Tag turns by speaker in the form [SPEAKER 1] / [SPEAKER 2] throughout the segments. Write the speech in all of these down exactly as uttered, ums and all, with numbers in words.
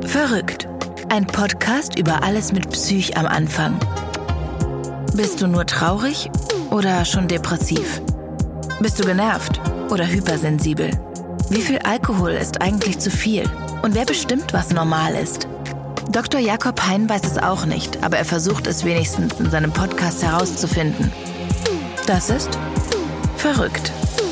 [SPEAKER 1] Verrückt. Ein Podcast über alles mit Psych am Anfang. Bist du nur traurig oder schon depressiv? Bist du genervt oder hypersensibel? Wie viel Alkohol ist eigentlich zu viel? Und wer bestimmt, was normal ist? Doktor Jakob Hein weiß es auch nicht, aber er versucht es wenigstens in seinem Podcast herauszufinden. Das ist Verrückt.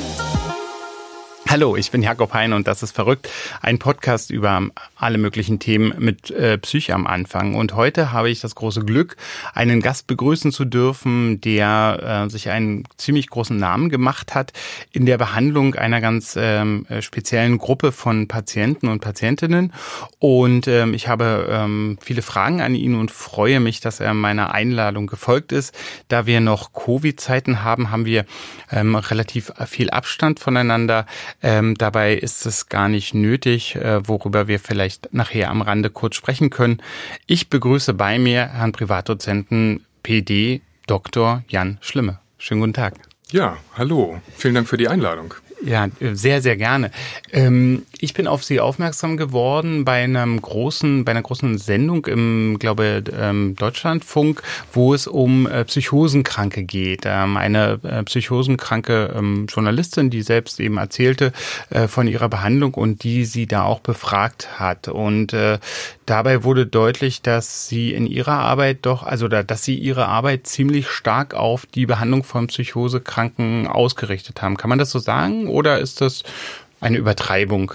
[SPEAKER 2] Hallo, ich bin Jakob Hein und das ist Verrückt, ein Podcast über alle möglichen Themen mit äh, Psych am Anfang. Und heute habe ich das große Glück, einen Gast begrüßen zu dürfen, der äh, sich einen ziemlich großen Namen gemacht hat in der Behandlung einer ganz ähm, speziellen Gruppe von Patienten und Patientinnen. Und ähm, ich habe ähm, viele Fragen an ihn und freue mich, dass er meiner Einladung gefolgt ist. Da wir noch Covid-Zeiten haben, haben wir ähm, relativ viel Abstand voneinander. Ähm, dabei ist es gar nicht nötig, äh, worüber wir vielleicht nachher am Rande kurz sprechen können. Ich begrüße bei mir Herrn Privatdozenten P D Doktor Jan Schlimme. Schönen guten Tag.
[SPEAKER 3] Ja, hallo. Vielen Dank für die Einladung.
[SPEAKER 2] Ja, sehr, sehr gerne. Ähm, ich bin auf Sie aufmerksam geworden bei einem großen, bei einer großen Sendung im, glaube ähm, Deutschlandfunk, wo es um äh, Psychosenkranke geht. Ähm, eine äh, psychosenkranke ähm, Journalistin, die selbst eben erzählte äh, von ihrer Behandlung und die sie da auch befragt hat. Und äh, dabei wurde deutlich, dass sie in ihrer Arbeit doch, also da, dass sie ihre Arbeit ziemlich stark auf die Behandlung von Psychosekranken ausgerichtet haben. Kann man das so sagen? Oder ist das eine Übertreibung?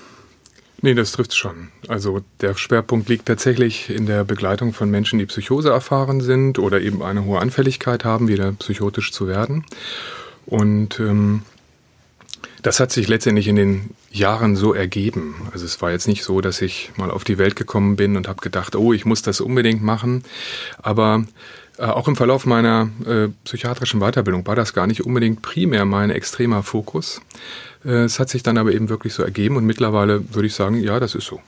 [SPEAKER 3] Nee, das trifft schon. Also der Schwerpunkt liegt tatsächlich in der Begleitung von Menschen, die Psychose erfahren sind oder eben eine hohe Anfälligkeit haben, wieder psychotisch zu werden. Und ähm, das hat sich letztendlich in den Jahren so ergeben. Also es war jetzt nicht so, dass ich mal auf die Welt gekommen bin und habe gedacht, oh, ich muss das unbedingt machen. Aber äh, auch im Verlauf meiner äh, psychiatrischen Weiterbildung war das gar nicht unbedingt primär mein extremer Fokus. Äh, es hat sich dann aber eben wirklich so ergeben und mittlerweile würde ich sagen, ja, das ist so.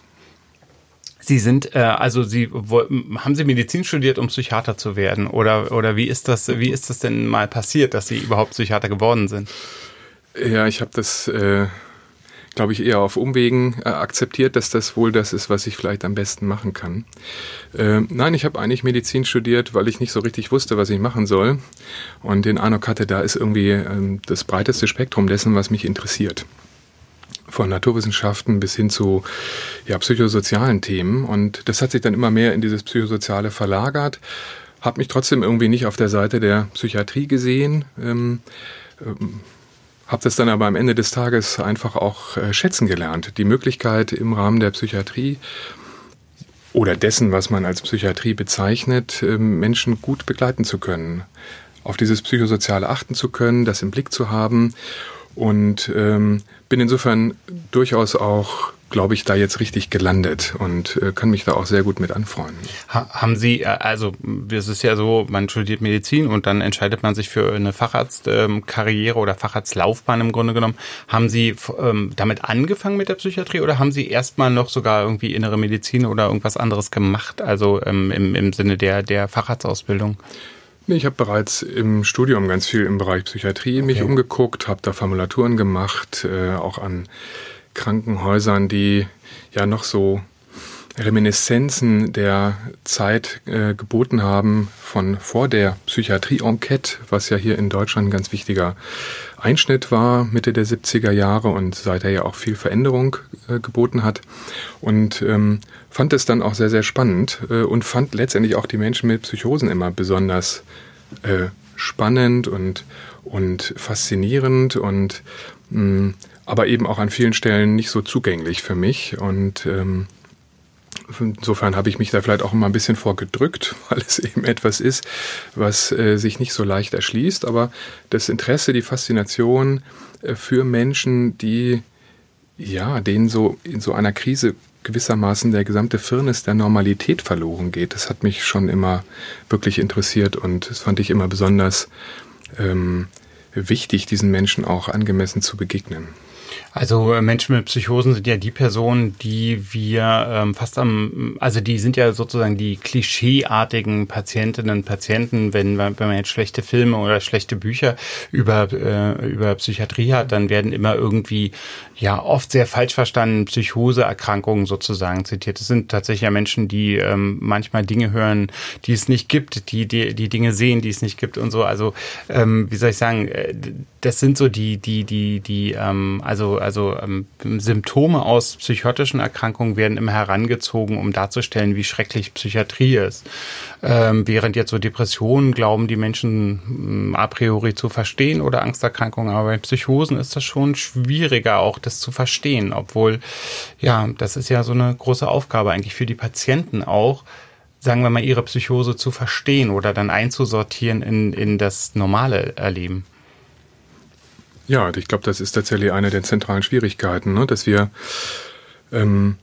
[SPEAKER 2] Sie sind, äh, also Sie haben Sie Medizin studiert, um Psychiater zu werden? Oder, oder wie ist das, wie ist das denn mal passiert, dass Sie überhaupt Psychiater geworden sind?
[SPEAKER 3] Ja, ich habe das, äh, glaube ich, eher auf Umwegen äh, akzeptiert, dass das wohl das ist, was ich vielleicht am besten machen kann. Äh, nein, ich habe eigentlich Medizin studiert, weil ich nicht so richtig wusste, was ich machen soll. Und den Eindruck hatte, da ist irgendwie äh, das breiteste Spektrum dessen, was mich interessiert. Von Naturwissenschaften bis hin zu ja, psychosozialen Themen. Und das hat sich dann immer mehr in dieses Psychosoziale verlagert. Habe mich trotzdem irgendwie nicht auf der Seite der Psychiatrie gesehen. Ähm, ähm, Habe das dann aber am Ende des Tages einfach auch äh, schätzen gelernt. Die Möglichkeit im Rahmen der Psychiatrie oder dessen, was man als Psychiatrie bezeichnet, äh, Menschen gut begleiten zu können, auf dieses Psychosoziale achten zu können, das im Blick zu haben und ähm, bin insofern durchaus auch, glaube ich, da jetzt richtig gelandet und äh, kann mich da auch sehr gut mit anfreunden.
[SPEAKER 2] Ha, haben Sie, also es ist ja so, man studiert Medizin und dann entscheidet man sich für eine Facharztkarriere ähm, oder Facharztlaufbahn im Grunde genommen. Haben Sie ähm, damit angefangen mit der Psychiatrie oder haben Sie erstmal noch sogar irgendwie innere Medizin oder irgendwas anderes gemacht, also ähm, im, im Sinne der, der Facharztausbildung?
[SPEAKER 3] Nee, ich habe bereits im Studium ganz viel im Bereich Psychiatrie okay. mich umgeguckt, habe da Formulaturen gemacht, äh, auch an Krankenhäusern, die ja noch so Reminiszenzen der Zeit äh, geboten haben von vor der Psychiatrie-Enquete, was ja hier in Deutschland ein ganz wichtiger Einschnitt war, Mitte der siebziger Jahre und seither ja auch viel Veränderung äh, geboten hat. Und ähm, fand es dann auch sehr, sehr spannend äh, und fand letztendlich auch die Menschen mit Psychosen immer besonders äh, spannend und, und faszinierend und mh, aber eben auch an vielen Stellen nicht so zugänglich für mich. Und ähm, insofern habe ich mich da vielleicht auch immer ein bisschen vorgedrückt, weil es eben etwas ist, was äh, sich nicht so leicht erschließt. Aber das Interesse, die Faszination äh, für Menschen, die, ja, denen so in so einer Krise gewissermaßen der gesamte Firnis der Normalität verloren geht, das hat mich schon immer wirklich interessiert und das fand ich immer besonders ähm, wichtig, diesen Menschen auch angemessen zu begegnen.
[SPEAKER 2] Also Menschen mit Psychosen sind ja die Personen, die wir ähm, fast am, also die sind ja sozusagen die klischeeartigen Patientinnen und Patienten. Wenn, wenn man jetzt schlechte Filme oder schlechte Bücher über äh, über Psychiatrie hat, dann werden immer irgendwie ja oft sehr falsch verstanden Psychoseerkrankungen sozusagen zitiert. Es sind tatsächlich ja Menschen, die ähm, manchmal Dinge hören, die es nicht gibt, die, die die Dinge sehen, die es nicht gibt und so. Also ähm, wie soll ich sagen, das sind so die die die die ähm, also also ähm, Symptome aus psychotischen Erkrankungen werden immer herangezogen, um darzustellen, wie schrecklich Psychiatrie ist. Ähm, während jetzt so Depressionen glauben die Menschen mh, a priori zu verstehen oder Angsterkrankungen, aber bei Psychosen ist das schon schwieriger, auch das zu verstehen, obwohl, ja, das ist ja so eine große Aufgabe eigentlich für die Patienten auch, sagen wir mal, ihre Psychose zu verstehen oder dann einzusortieren in, in das normale Erleben.
[SPEAKER 3] Ja, ich glaube, das ist tatsächlich eine der zentralen Schwierigkeiten, ne? Dass wir ähm,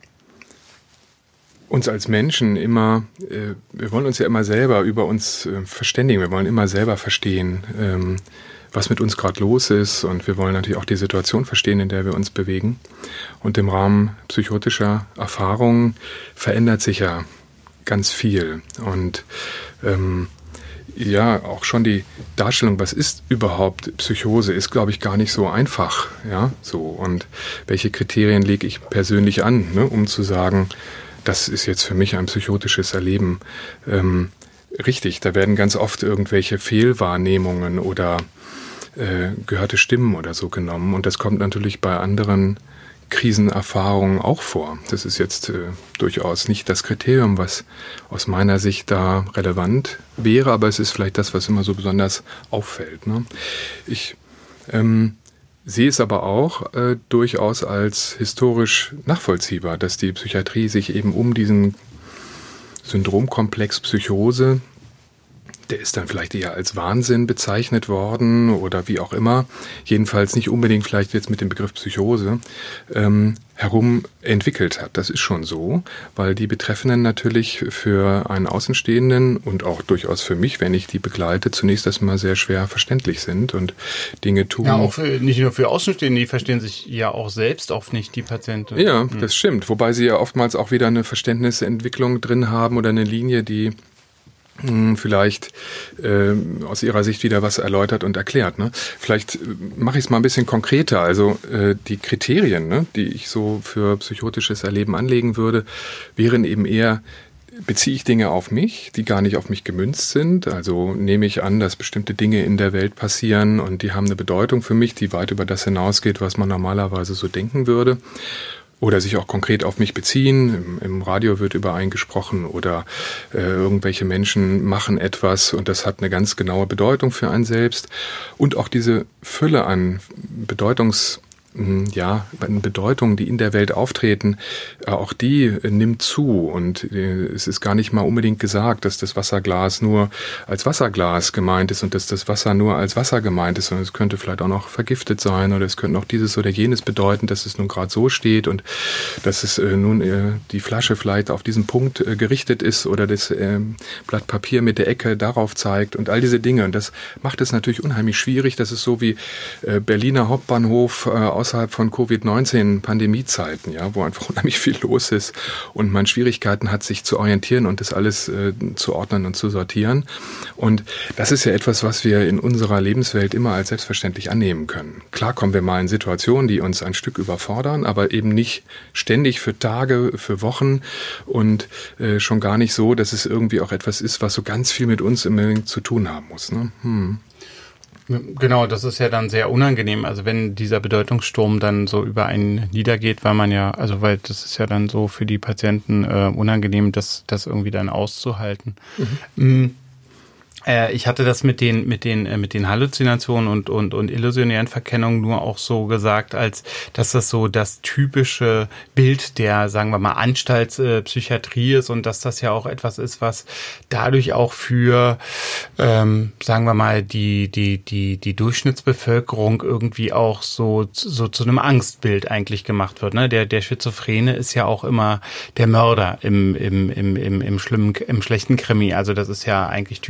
[SPEAKER 3] uns als Menschen immer, äh, wir wollen uns ja immer selber über uns äh, verständigen, wir wollen immer selber verstehen, ähm, was mit uns gerade los ist, und wir wollen natürlich auch die Situation verstehen, in der wir uns bewegen. Und im Rahmen psychotischer Erfahrungen verändert sich ja ganz viel. Und ähm, ja, auch schon die Darstellung, was ist überhaupt Psychose, ist, glaube ich, gar nicht so einfach. Ja, so. Und welche Kriterien lege ich persönlich an, ne, um zu sagen, das ist jetzt für mich ein psychotisches Erleben. Ähm, richtig, da werden ganz oft irgendwelche Fehlwahrnehmungen oder äh, gehörte Stimmen oder so genommen. Und das kommt natürlich bei anderen Krisenerfahrungen auch vor. Das ist jetzt äh, durchaus nicht das Kriterium, was aus meiner Sicht da relevant wäre, aber es ist vielleicht das, was immer so besonders auffällt. Ne? Ich ähm, sehe es aber auch äh, durchaus als historisch nachvollziehbar, dass die Psychiatrie sich eben um diesen Syndromkomplex Psychose, der ist dann vielleicht eher als Wahnsinn bezeichnet worden oder wie auch immer, jedenfalls nicht unbedingt vielleicht jetzt mit dem Begriff Psychose, ähm, herum entwickelt hat. Das ist schon so, weil die Betreffenden natürlich für einen Außenstehenden und auch durchaus für mich, wenn ich die begleite, zunächst erstmal sehr schwer verständlich sind und Dinge tun.
[SPEAKER 2] Ja, auch für, nicht nur für Außenstehende, die verstehen sich ja auch selbst oft nicht, die Patienten.
[SPEAKER 3] Ja, hm. das stimmt. Wobei sie ja oftmals auch wieder eine Verständnisentwicklung drin haben oder eine Linie, die vielleicht äh, aus ihrer Sicht wieder was erläutert und erklärt. Ne? Vielleicht mache ich es mal ein bisschen konkreter. Also äh, die Kriterien, ne, die ich so für psychotisches Erleben anlegen würde, wären eben eher, beziehe ich Dinge auf mich, die gar nicht auf mich gemünzt sind. Also nehme ich an, dass bestimmte Dinge in der Welt passieren und die haben eine Bedeutung für mich, die weit über das hinausgeht, was man normalerweise so denken würde. Oder sich auch konkret auf mich beziehen. Im, im Radio wird über einen gesprochen oder äh, irgendwelche Menschen machen etwas und das hat eine ganz genaue Bedeutung für einen selbst. Und auch diese Fülle an Bedeutungs ja, Bedeutungen, die in der Welt auftreten, auch die nimmt zu. Und es ist gar nicht mal unbedingt gesagt, dass das Wasserglas nur als Wasserglas gemeint ist und dass das Wasser nur als Wasser gemeint ist, sondern es könnte vielleicht auch noch vergiftet sein oder es könnte noch dieses oder jenes bedeuten, dass es nun gerade so steht und dass es nun die Flasche vielleicht auf diesen Punkt gerichtet ist oder das Blatt Papier mit der Ecke darauf zeigt und all diese Dinge. Und das macht es natürlich unheimlich schwierig. Das ist so wie Berliner Hauptbahnhof außerhalb von Covid neunzehn Pandemiezeiten, ja, wo einfach unheimlich viel los ist und man Schwierigkeiten hat, sich zu orientieren und das alles äh, zu ordnen und zu sortieren. Und das ist ja etwas, was wir in unserer Lebenswelt immer als selbstverständlich annehmen können. Klar kommen wir mal in Situationen, die uns ein Stück überfordern, aber eben nicht ständig für Tage, für Wochen und äh, schon gar nicht so, dass es irgendwie auch etwas ist, was so ganz viel mit uns unbedingt zu tun haben muss. Ne? Hm.
[SPEAKER 2] Genau, das ist ja dann sehr unangenehm, also wenn dieser Bedeutungssturm dann so über einen niedergeht, weil man ja, also weil das ist ja dann so für die Patienten äh, unangenehm, das, das irgendwie dann auszuhalten. Mhm. Äh, ich hatte das mit den mit den äh, mit den Halluzinationen und und und illusionären Verkennungen nur auch so gesagt, als dass das so das typische Bild der, sagen wir mal, Anstaltspsychiatrie ist und dass das ja auch etwas ist, was dadurch auch für, ähm, sagen wir mal, die die die die Durchschnittsbevölkerung irgendwie auch so so zu einem Angstbild eigentlich gemacht wird. Ne? Der der Schizophrene ist ja auch immer der Mörder im im im im im schlimmen im schlechten Krimi. Also das ist ja eigentlich typisch so.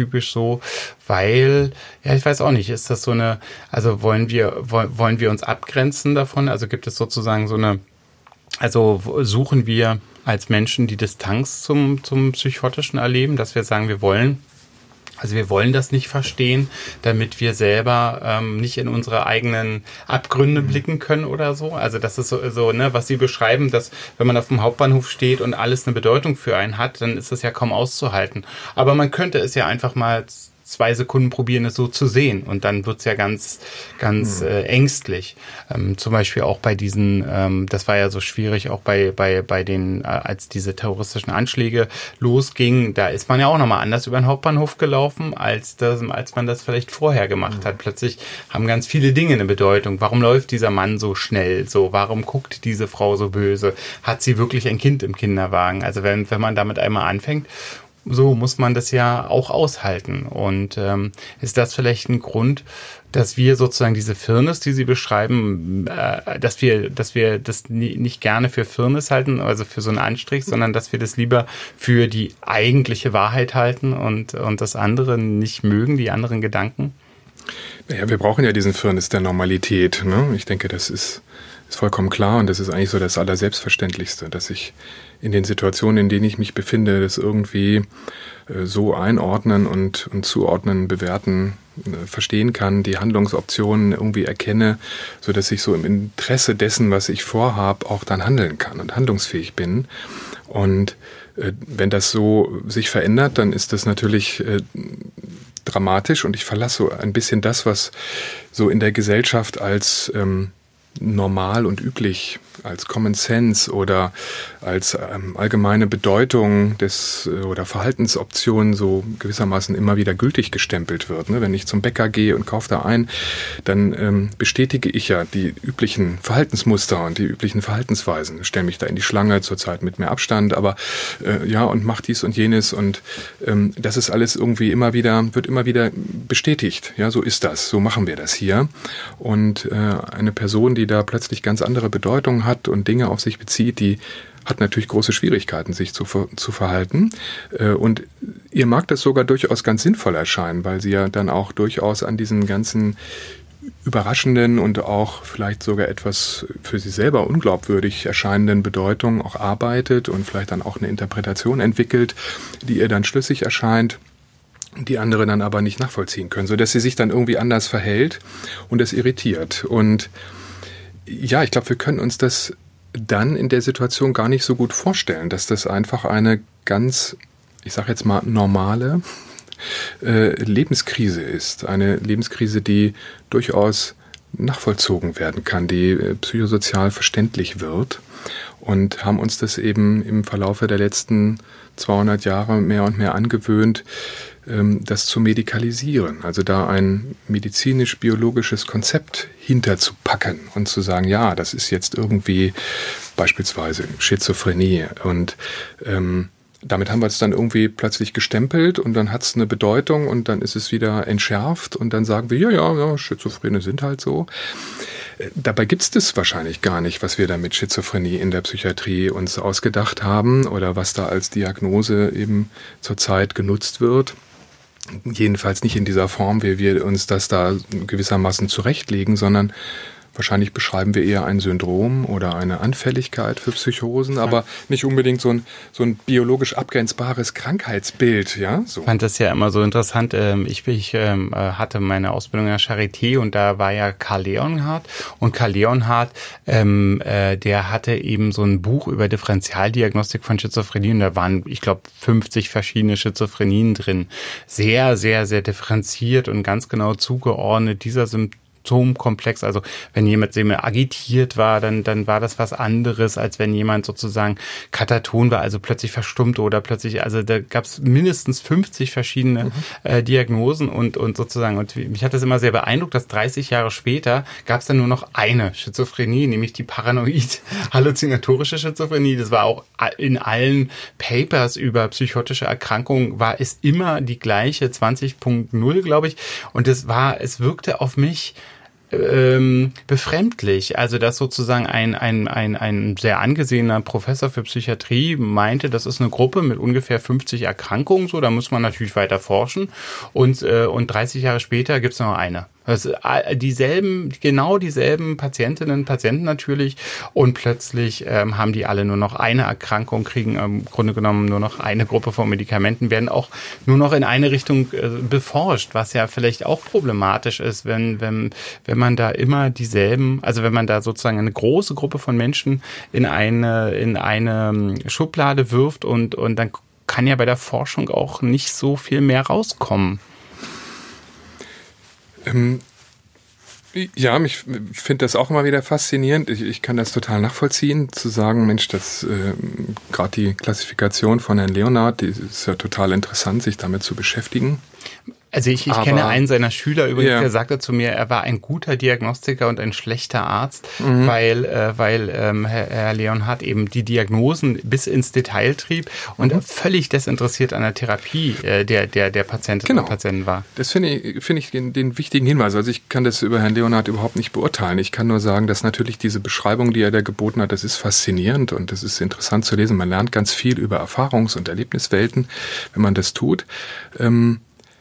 [SPEAKER 2] so, weil, ja, ich weiß auch nicht, ist das so eine, also wollen wir, wollen wir uns abgrenzen davon? Also gibt es sozusagen so eine, also suchen wir als Menschen die Distanz zum, zum psychotischen Erleben, dass wir sagen, wir wollen Also wir wollen das nicht verstehen, damit wir selber ähm, nicht in unsere eigenen Abgründe blicken können oder so. Also das ist so, so, ne, was Sie beschreiben, dass wenn man auf dem Hauptbahnhof steht und alles eine Bedeutung für einen hat, dann ist das ja kaum auszuhalten. Aber man könnte es ja einfach mal zwei Sekunden probieren, es so zu sehen. Und dann wird's ja ganz, ganz mhm. äh, ängstlich. Ähm, zum Beispiel auch bei diesen, ähm, das war ja so schwierig, auch bei, bei, bei den, äh, als diese terroristischen Anschläge losgingen, da ist man ja auch nochmal anders über den Hauptbahnhof gelaufen, als das, als man das vielleicht vorher gemacht mhm. hat. Plötzlich haben ganz viele Dinge eine Bedeutung. Warum läuft dieser Mann so schnell? So, warum guckt diese Frau so böse? Hat sie wirklich ein Kind im Kinderwagen? Also wenn, wenn man damit einmal anfängt, so muss man das ja auch aushalten. Und ähm, ist das vielleicht ein Grund, dass wir sozusagen diese Firnis, die Sie beschreiben, äh, dass wir, dass wir das nie, nicht gerne für Firnis halten, also für so einen Anstrich, sondern dass wir das lieber für die eigentliche Wahrheit halten und und das andere nicht mögen, die anderen Gedanken?
[SPEAKER 3] Naja, wir brauchen ja diesen Firnis der Normalität. Ne? Ich denke, das ist, ist vollkommen klar und das ist eigentlich so das Allerselbstverständlichste, dass ich in den Situationen, in denen ich mich befinde, das irgendwie äh, so einordnen und, und zuordnen, bewerten, äh, verstehen kann, die Handlungsoptionen irgendwie erkenne, so dass ich so im Interesse dessen, was ich vorhabe, auch dann handeln kann und handlungsfähig bin. Und äh, wenn das so sich verändert, dann ist das natürlich äh, dramatisch und ich verlasse so ein bisschen das, was so in der Gesellschaft als ähm, normal und üblich, als Common Sense oder als ähm, allgemeine Bedeutung des äh, oder Verhaltensoptionen so gewissermaßen immer wieder gültig gestempelt wird. Ne? Wenn ich zum Bäcker gehe und kaufe da ein, dann ähm, bestätige ich ja die üblichen Verhaltensmuster und die üblichen Verhaltensweisen. Stelle mich da in die Schlange, zurzeit mit mehr Abstand, aber äh, ja und mach dies und jenes und ähm, das ist alles irgendwie immer wieder, wird immer wieder bestätigt. Ja, so ist das, so machen wir das hier. Und äh, eine Person, die da plötzlich ganz andere Bedeutung hat und Dinge auf sich bezieht, die hat natürlich große Schwierigkeiten, sich zu, zu verhalten. Und ihr mag das sogar durchaus ganz sinnvoll erscheinen, weil sie ja dann auch durchaus an diesen ganzen überraschenden und auch vielleicht sogar etwas für sie selber unglaubwürdig erscheinenden Bedeutungen auch arbeitet und vielleicht dann auch eine Interpretation entwickelt, die ihr dann schlüssig erscheint, die andere dann aber nicht nachvollziehen können, sodass sie sich dann irgendwie anders verhält und das irritiert. Und ja, ich glaube, wir können uns das dann in der Situation gar nicht so gut vorstellen, dass das einfach eine ganz, ich sage jetzt mal, normale äh, Lebenskrise ist. Eine Lebenskrise, die durchaus nachvollzogen werden kann, die äh, psychosozial verständlich wird. Und haben uns das eben im Verlaufe der letzten zweihundert Jahre mehr und mehr angewöhnt, das zu medikalisieren, also da ein medizinisch-biologisches Konzept hinterzupacken und zu sagen, ja, das ist jetzt irgendwie beispielsweise Schizophrenie und ähm, damit haben wir es dann irgendwie plötzlich gestempelt und dann hat es eine Bedeutung und dann ist es wieder entschärft und dann sagen wir, ja, ja, ja, Schizophrene sind halt so. Dabei gibt es das wahrscheinlich gar nicht, was wir da mit Schizophrenie in der Psychiatrie uns ausgedacht haben oder was da als Diagnose eben zurzeit genutzt wird. Jedenfalls nicht in dieser Form, wie wir uns das da gewissermaßen zurechtlegen, sondern wahrscheinlich beschreiben wir eher ein Syndrom oder eine Anfälligkeit für Psychosen, aber nicht unbedingt so ein, so ein biologisch abgrenzbares Krankheitsbild. Ja, so.
[SPEAKER 2] Ich fand das ja immer so interessant. Ich, ich hatte meine Ausbildung in der Charité und da war ja Karl Leonhardt. Und Karl Leonhardt, ähm, der hatte eben so ein Buch über Differentialdiagnostik von Schizophrenie und da waren, ich glaube, fünfzig verschiedene Schizophrenien drin. Sehr, sehr, sehr differenziert und ganz genau zugeordnet dieser Symptome. Symptomkomplex, also wenn jemand sehr agitiert war, dann dann war das was anderes, als wenn jemand sozusagen kataton war, also plötzlich verstummt oder plötzlich, also da gab es mindestens fünfzig verschiedene mhm. äh, Diagnosen und und sozusagen, und mich hat das immer sehr beeindruckt, dass dreißig Jahre später gab es dann nur noch eine Schizophrenie, nämlich die paranoid-halluzinatorische Schizophrenie. Das war auch in allen Papers über psychotische Erkrankungen, war es immer die gleiche, zwanzig Punkt null, glaube ich, und es war, es wirkte auf mich ähm, befremdlich. Also dass sozusagen ein, ein, ein, ein sehr angesehener Professor für Psychiatrie meinte, das ist eine Gruppe mit ungefähr fünfzig Erkrankungen, so, da muss man natürlich weiter forschen. Und, äh, und dreißig Jahre später gibt's noch eine. Also dieselben, genau dieselben Patientinnen und Patienten natürlich, und plötzlich ähm, haben die alle nur noch eine Erkrankung, kriegen im Grunde genommen nur noch eine Gruppe von Medikamenten, werden auch nur noch in eine Richtung äh, beforscht, was ja vielleicht auch problematisch ist, wenn, wenn, wenn man da immer dieselben, also wenn man da sozusagen eine große Gruppe von Menschen in eine, in eine Schublade wirft, und, und dann kann ja bei der Forschung auch nicht so viel mehr rauskommen.
[SPEAKER 3] Ähm, ja, ich finde das auch immer wieder faszinierend. Ich, ich kann das total nachvollziehen, zu sagen, Mensch, das äh, gerade die Klassifikation von Herrn Leonhard, die ist ja total interessant, sich damit zu beschäftigen.
[SPEAKER 2] Also ich, ich
[SPEAKER 3] Aber,
[SPEAKER 2] kenne einen seiner Schüler übrigens,
[SPEAKER 3] ja.
[SPEAKER 2] der sagte zu mir, er war ein guter Diagnostiker und ein schlechter Arzt, mhm. weil, äh, weil ähm, Herr, Herr Leonhard eben die Diagnosen bis ins Detail trieb und mhm. völlig desinteressiert an der Therapie äh, der, der, der Patientinnen
[SPEAKER 3] genau.
[SPEAKER 2] und Patienten war.
[SPEAKER 3] Das finde ich, finde ich den, den wichtigen Hinweis. Also ich kann das über Herrn Leonhard überhaupt nicht beurteilen. Ich kann nur sagen, dass natürlich diese Beschreibung, die er da geboten hat, das ist faszinierend und das ist interessant zu lesen. Man lernt ganz viel über Erfahrungs- und Erlebniswelten, wenn man das tut. Ähm,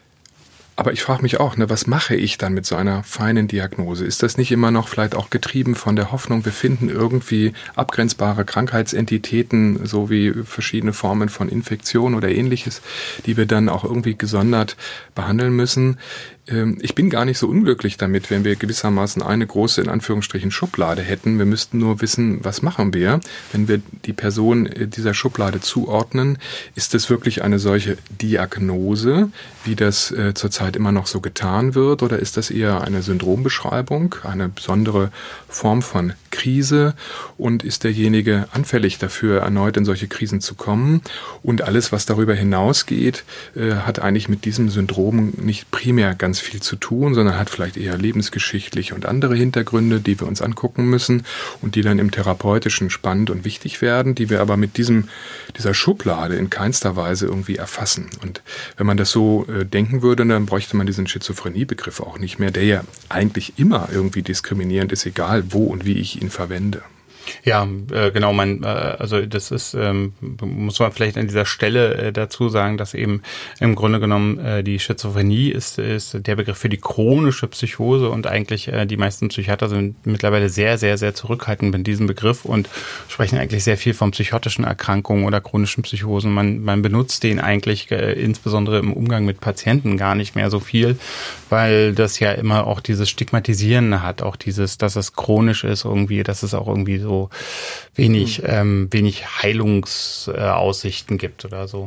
[SPEAKER 3] Aber ich frage mich auch, ne, was mache ich dann mit so einer feinen Diagnose? Ist das nicht immer noch vielleicht auch getrieben von der Hoffnung, wir finden irgendwie abgrenzbare Krankheitsentitäten, so wie verschiedene Formen von Infektion oder Ähnliches, die wir dann auch irgendwie gesondert behandeln müssen? Ich bin gar nicht so unglücklich damit, wenn wir gewissermaßen eine große, in Anführungsstrichen, Schublade hätten. Wir müssten nur wissen, was machen wir. Wenn wir die Person dieser Schublade zuordnen, ist es wirklich eine solche Diagnose, wie das äh, zurzeit immer noch so getan wird, oder ist das eher eine Syndrombeschreibung, eine besondere Form von Krise, und ist derjenige anfällig dafür, erneut in solche Krisen zu kommen? Und alles, was darüber hinausgeht, äh, hat eigentlich mit diesem Syndrom nicht primär ganz viel zu tun, sondern hat vielleicht eher lebensgeschichtliche und andere Hintergründe, die wir uns angucken müssen und die dann im Therapeutischen spannend und wichtig werden, die wir aber mit diesem, dieser Schublade in keinster Weise irgendwie erfassen. Und wenn man das so äh, denken würde, dann bräuchte man diesen Schizophrenie-Begriff auch nicht mehr, der ja eigentlich immer irgendwie diskriminierend ist, egal wo und wie ich ihn verwende.
[SPEAKER 2] Ja, äh, genau, man, äh, also das ist, ähm, muss man vielleicht an dieser Stelle äh, dazu sagen, dass eben im Grunde genommen äh, die Schizophrenie ist, ist der Begriff für die chronische Psychose, und eigentlich äh, die meisten Psychiater sind mittlerweile sehr, sehr, sehr zurückhaltend mit diesem Begriff und sprechen eigentlich sehr viel von psychotischen Erkrankungen oder chronischen Psychosen. Man, man benutzt den eigentlich äh, insbesondere im Umgang mit Patienten gar nicht mehr so viel, weil das ja immer auch dieses Stigmatisieren hat, auch dieses, dass es chronisch ist irgendwie, dass es auch irgendwie so wenig, mhm. ähm, wenig Heilungsaussichten äh, gibt oder so.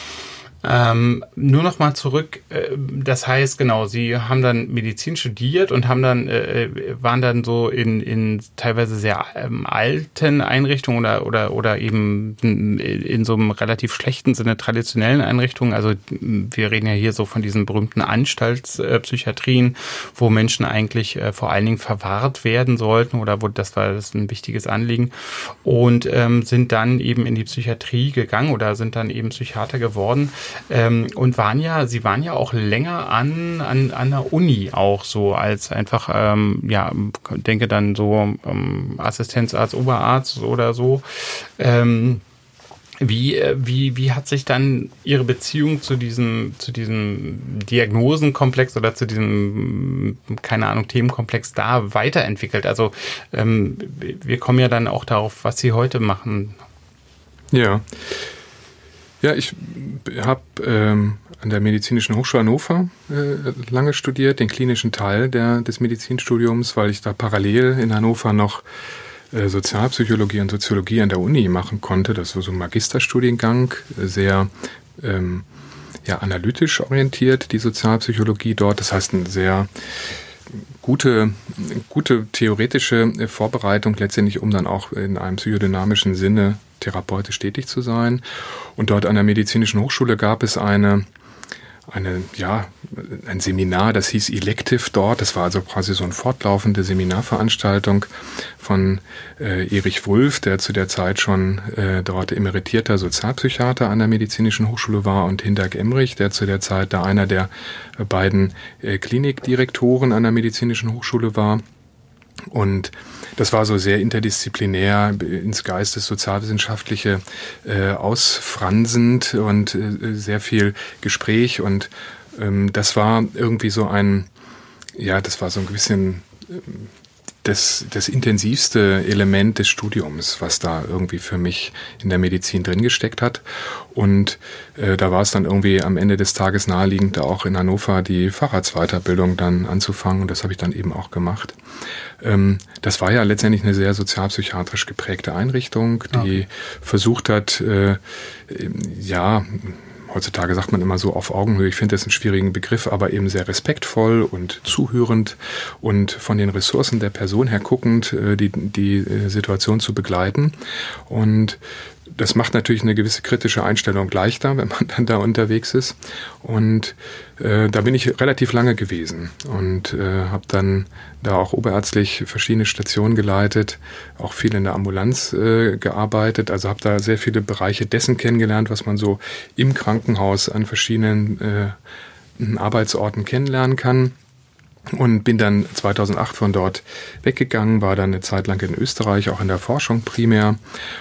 [SPEAKER 2] Ähm, nur noch mal zurück, äh, das heißt, genau, Sie haben dann Medizin studiert und haben dann, äh, waren dann so in, in teilweise sehr ähm, alten Einrichtungen oder, oder, oder eben in, in so einem relativ schlechten Sinne traditionellen Einrichtungen. Also wir reden ja hier so von diesen berühmten Anstaltspsychiatrien, wo Menschen eigentlich äh, vor allen Dingen verwahrt werden sollten, oder wo das war das ist ein wichtiges Anliegen, und ähm, sind dann eben in die Psychiatrie gegangen oder sind dann eben Psychiater geworden. Ähm, und waren ja, sie waren ja auch länger an, an, an der Uni auch so als einfach, ähm, ja, denke dann so ähm, Assistenzarzt, Oberarzt oder so. Ähm, wie, wie, wie hat sich dann Ihre Beziehung zu diesem, zu diesem Diagnosenkomplex oder zu diesem, keine Ahnung, Themenkomplex da weiterentwickelt? Also ähm, wir kommen ja dann auch darauf, was Sie heute machen.
[SPEAKER 3] Ja. Ja, ich habe ähm, an der Medizinischen Hochschule Hannover äh, lange studiert, den klinischen Teil der, des Medizinstudiums, weil ich da parallel in Hannover noch äh, Sozialpsychologie und Soziologie an der Uni machen konnte. Das war so ein Magisterstudiengang, sehr ähm, ja, analytisch orientiert, die Sozialpsychologie dort. Das heißt, eine sehr gute, gute theoretische Vorbereitung letztendlich, um dann auch in einem psychodynamischen Sinne therapeutisch tätig zu sein. Und dort an der Medizinischen Hochschule gab es eine, eine, ja, ein Seminar, das hieß Elective dort. Das war also quasi so eine fortlaufende Seminarveranstaltung von äh, Erich Wulff, der zu der Zeit schon äh, dort emeritierter Sozialpsychiater an der Medizinischen Hochschule war, und Hindak Emrich, der zu der Zeit da einer der äh, beiden äh, Klinikdirektoren an der Medizinischen Hochschule war. Und das war so sehr interdisziplinär, ins Geistes-Sozialwissenschaftliche äh, ausfransend und äh, sehr viel Gespräch. Und ähm, das war irgendwie so ein, ja, das war so ein bisschen äh, das, das intensivste Element des Studiums, was da irgendwie für mich in der Medizin drin gesteckt hat. Und äh, da war es dann irgendwie am Ende des Tages naheliegend, da auch in Hannover die Facharztweiterbildung dann anzufangen. Und das habe ich dann eben auch gemacht. Ähm, das war ja letztendlich eine sehr sozialpsychiatrisch geprägte Einrichtung, die okay. versucht hat, äh, ja, heutzutage sagt man immer so auf Augenhöhe, ich finde das einen schwierigen Begriff, aber eben sehr respektvoll und zuhörend und von den Ressourcen der Person her guckend, die, die Situation zu begleiten. Und das macht natürlich eine gewisse kritische Einstellung leichter, wenn man dann da unterwegs ist. Und äh, da bin ich relativ lange gewesen und äh, habe dann da auch oberärztlich verschiedene Stationen geleitet, auch viel in der Ambulanz äh, gearbeitet. Also habe da sehr viele Bereiche dessen kennengelernt, was man so im Krankenhaus an verschiedenen äh, Arbeitsorten kennenlernen kann. Und bin dann zweitausendacht von dort weggegangen, war dann eine Zeit lang in Österreich, auch in der Forschung primär.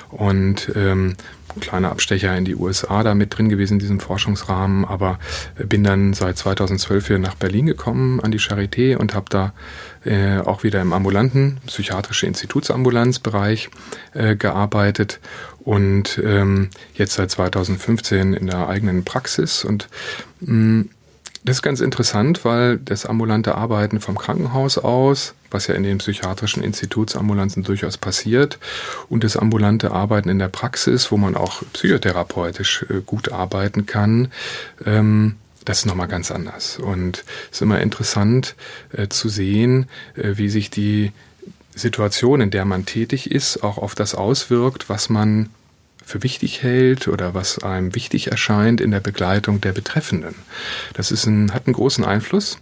[SPEAKER 3] Und ähm, ein kleiner Abstecher in die U S A da mit drin gewesen in diesem Forschungsrahmen. Aber bin dann seit zweitausendzwölf hier nach Berlin gekommen, an die Charité, und habe da äh, auch wieder im ambulanten, psychiatrische Institutsambulanzbereich äh, gearbeitet. Und ähm, jetzt seit zweitausendfünfzehn in der eigenen Praxis. Und mh, das ist ganz interessant, weil das ambulante Arbeiten vom Krankenhaus aus, was ja in den psychiatrischen Institutsambulanzen durchaus passiert, und das ambulante Arbeiten in der Praxis, wo man auch psychotherapeutisch äh, gut arbeiten kann, ähm, das ist nochmal ganz anders. Und es ist immer interessant äh, zu sehen, äh, wie sich die Situation, in der man tätig ist, auch auf das auswirkt, was man für wichtig hält oder was einem wichtig erscheint in der Begleitung der Betreffenden. Das ist ein, hat einen großen Einfluss.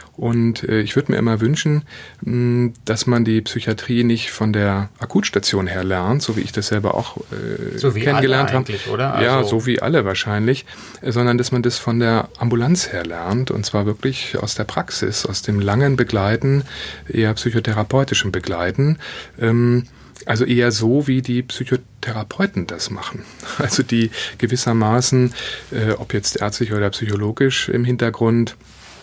[SPEAKER 3] Und äh, ich würde mir immer wünschen, mh, dass man die Psychiatrie nicht von der Akutstation her lernt, so wie ich das selber auch äh,
[SPEAKER 2] so wie
[SPEAKER 3] kennengelernt
[SPEAKER 2] alle
[SPEAKER 3] habe.
[SPEAKER 2] Oder? Also
[SPEAKER 3] ja, so wie alle wahrscheinlich, äh, sondern dass man das von der Ambulanz her lernt, und zwar wirklich aus der Praxis, aus dem langen Begleiten, eher psychotherapeutischen Begleiten. Ähm, Also eher so, wie die Psychotherapeuten das machen. Also die gewissermaßen, äh, ob jetzt ärztlich oder psychologisch im Hintergrund,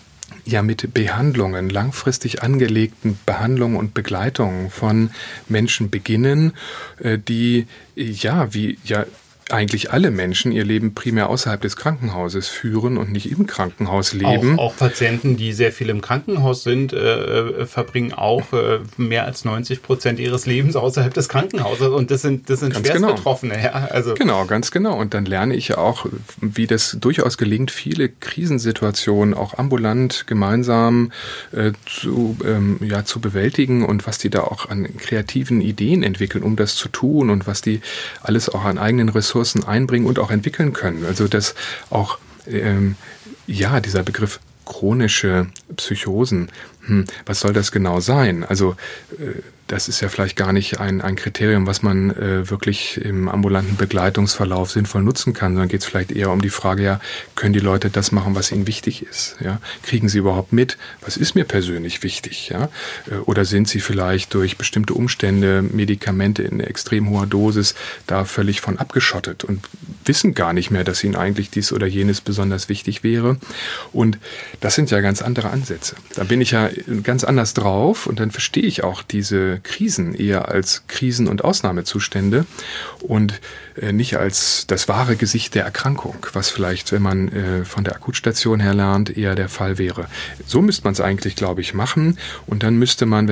[SPEAKER 3] ja mit Behandlungen, langfristig angelegten Behandlungen und Begleitungen von Menschen beginnen, äh, die ja wie ja eigentlich alle Menschen ihr Leben primär außerhalb des Krankenhauses führen und nicht im Krankenhaus leben.
[SPEAKER 2] Auch, auch Patienten, die sehr viel im Krankenhaus sind, äh, verbringen auch äh, mehr als neunzig Prozent ihres Lebens außerhalb des Krankenhauses. Und das sind, das sind schwerst genau. Betroffene. Ja, also.
[SPEAKER 3] Genau, ganz genau. Und dann lerne ich ja auch, wie das durchaus gelingt, viele Krisensituationen auch ambulant gemeinsam äh, zu, ähm, ja, zu bewältigen, und was die da auch an kreativen Ideen entwickeln, um das zu tun, und was die alles auch an eigenen Ressourcen einbringen und auch entwickeln können. Also dass auch, ähm, ja, dieser Begriff chronische Psychosen, hm, was soll das genau sein? Also äh, das ist ja vielleicht gar nicht ein, ein Kriterium, was man äh, wirklich im ambulanten Begleitungsverlauf sinnvoll nutzen kann, sondern geht es vielleicht eher um die Frage, ja, können die Leute das machen, was ihnen wichtig ist? Ja? Kriegen sie überhaupt mit, was ist mir persönlich wichtig? Ja? Oder sind sie vielleicht durch bestimmte Umstände, Medikamente in extrem hoher Dosis da völlig von abgeschottet und wissen gar nicht mehr, dass ihnen eigentlich dies oder jenes besonders wichtig wäre? Und das sind ja ganz andere Ansätze. Da bin ich ja ganz anders drauf, und dann verstehe ich auch diese Krisen eher als Krisen- und Ausnahmezustände und äh, nicht als das wahre Gesicht der Erkrankung, was vielleicht, wenn man äh, von der Akutstation her lernt, eher der Fall wäre. So müsste man es eigentlich, glaube ich, machen, und dann müsste man, wenn man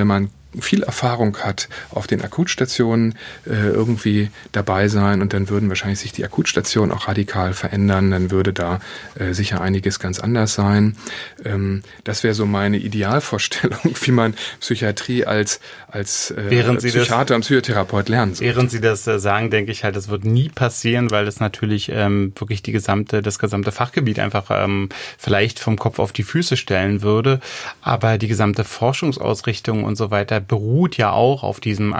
[SPEAKER 3] viel Erfahrung hat, auf den Akutstationen äh, irgendwie dabei sein und dann würden wahrscheinlich sich die Akutstationen auch radikal verändern, dann würde da äh, sicher einiges ganz anders sein. Ähm, das wäre so meine Idealvorstellung, wie man Psychiatrie als, als äh, Psychiater und Psychotherapeut lernen soll.
[SPEAKER 2] Während Sie das äh, sagen, denke ich halt, das wird nie passieren, weil das natürlich ähm, wirklich die gesamte, das gesamte Fachgebiet einfach ähm, vielleicht vom Kopf auf die Füße stellen würde, aber die gesamte Forschungsausrichtung und so weiter beruht ja auch auf diesem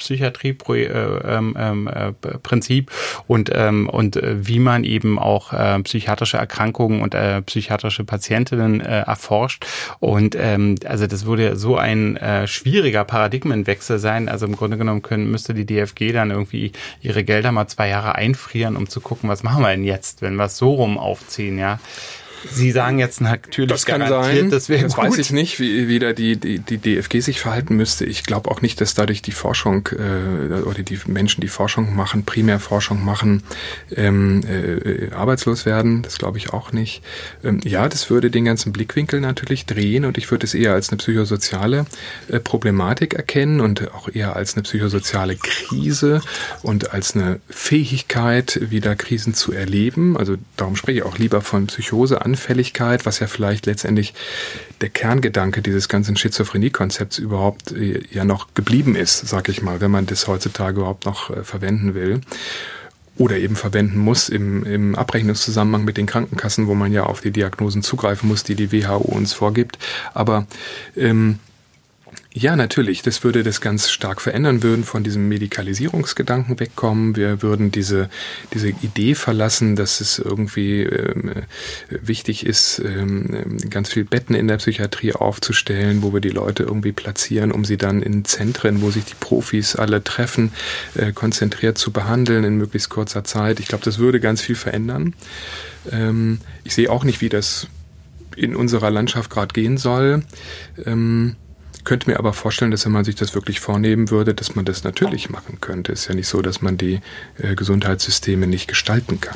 [SPEAKER 2] Akutpsychiatrie-Prinzip äh, äh, und ähm, und äh, wie man eben auch äh, psychiatrische Erkrankungen und äh, psychiatrische Patientinnen äh, erforscht. Und ähm, also das würde so ein äh, schwieriger Paradigmenwechsel sein. Also im Grunde genommen können, müsste die D F G dann irgendwie ihre Gelder mal zwei Jahre einfrieren, um zu gucken, was machen wir denn jetzt, wenn wir es so rum aufziehen, ja. Sie sagen jetzt natürlich
[SPEAKER 3] das kann
[SPEAKER 2] garantiert,
[SPEAKER 3] sein.
[SPEAKER 2] Das wäre
[SPEAKER 3] Jetzt
[SPEAKER 2] gut.
[SPEAKER 3] weiß ich nicht, wie, wie da die, die, die D F G sich verhalten müsste. Ich glaube auch nicht, dass dadurch die Forschung äh, oder die Menschen, die Forschung machen, primär Forschung machen, ähm, äh, arbeitslos werden. Das glaube ich auch nicht. Ähm, ja, das würde den ganzen Blickwinkel natürlich drehen und ich würde es eher als eine psychosoziale äh, Problematik erkennen und auch eher als eine psychosoziale Krise und als eine Fähigkeit, wieder Krisen zu erleben. Also darum spreche ich auch lieber von Psychose an. Anfälligkeit, was ja vielleicht letztendlich der Kerngedanke dieses ganzen Schizophrenie-Konzepts überhaupt ja noch geblieben ist, sag ich mal, wenn man das heutzutage überhaupt noch äh, verwenden will. Oder eben verwenden muss im, im Abrechnungszusammenhang mit den Krankenkassen, wo man ja auf die Diagnosen zugreifen muss, die die W H O uns vorgibt. Aber ähm, ja, natürlich, das würde das ganz stark verändern, würden von diesem Medikalisierungsgedanken wegkommen. Wir würden diese diese Idee verlassen, dass es irgendwie ähm, wichtig ist, ähm, ganz viel Betten in der Psychiatrie aufzustellen, wo wir die Leute irgendwie platzieren, um sie dann in Zentren, wo sich die Profis alle treffen, äh, konzentriert zu behandeln in möglichst kurzer Zeit. Ich glaube, das würde ganz viel verändern. Ähm, ich sehe auch nicht, wie das in unserer Landschaft gerade gehen soll. Ähm, könnte mir aber vorstellen, dass wenn man sich das wirklich vornehmen würde, dass man das natürlich machen könnte. Es ist ja nicht so, dass man die äh, Gesundheitssysteme nicht gestalten kann.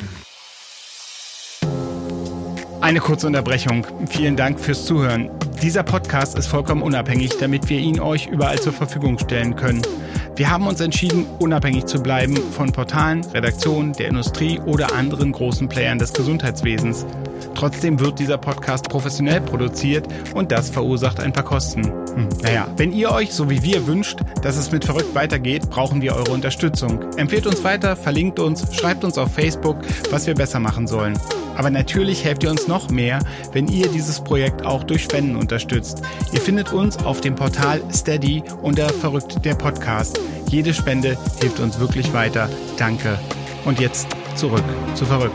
[SPEAKER 4] Eine kurze Unterbrechung. Vielen Dank fürs Zuhören. Dieser Podcast ist vollkommen unabhängig, damit wir ihn euch überall zur Verfügung stellen können. Wir haben uns entschieden, unabhängig zu bleiben von Portalen, Redaktionen, der Industrie oder anderen großen Playern des Gesundheitswesens. Trotzdem wird dieser Podcast professionell produziert und das verursacht ein paar Kosten. Hm, naja, wenn ihr euch, so wie wir, wünscht, dass es mit Verrückt weitergeht, brauchen wir eure Unterstützung. Empfehlt uns weiter, verlinkt uns, schreibt uns auf Facebook, was wir besser machen sollen. Aber natürlich helft ihr uns noch mehr, wenn ihr dieses Projekt auch durch Spenden unterstützt. Ihr findet uns auf dem Portal Steady unter Verrückt der Podcast. Jede Spende hilft uns wirklich weiter. Danke. Und jetzt zurück zu Verrückt.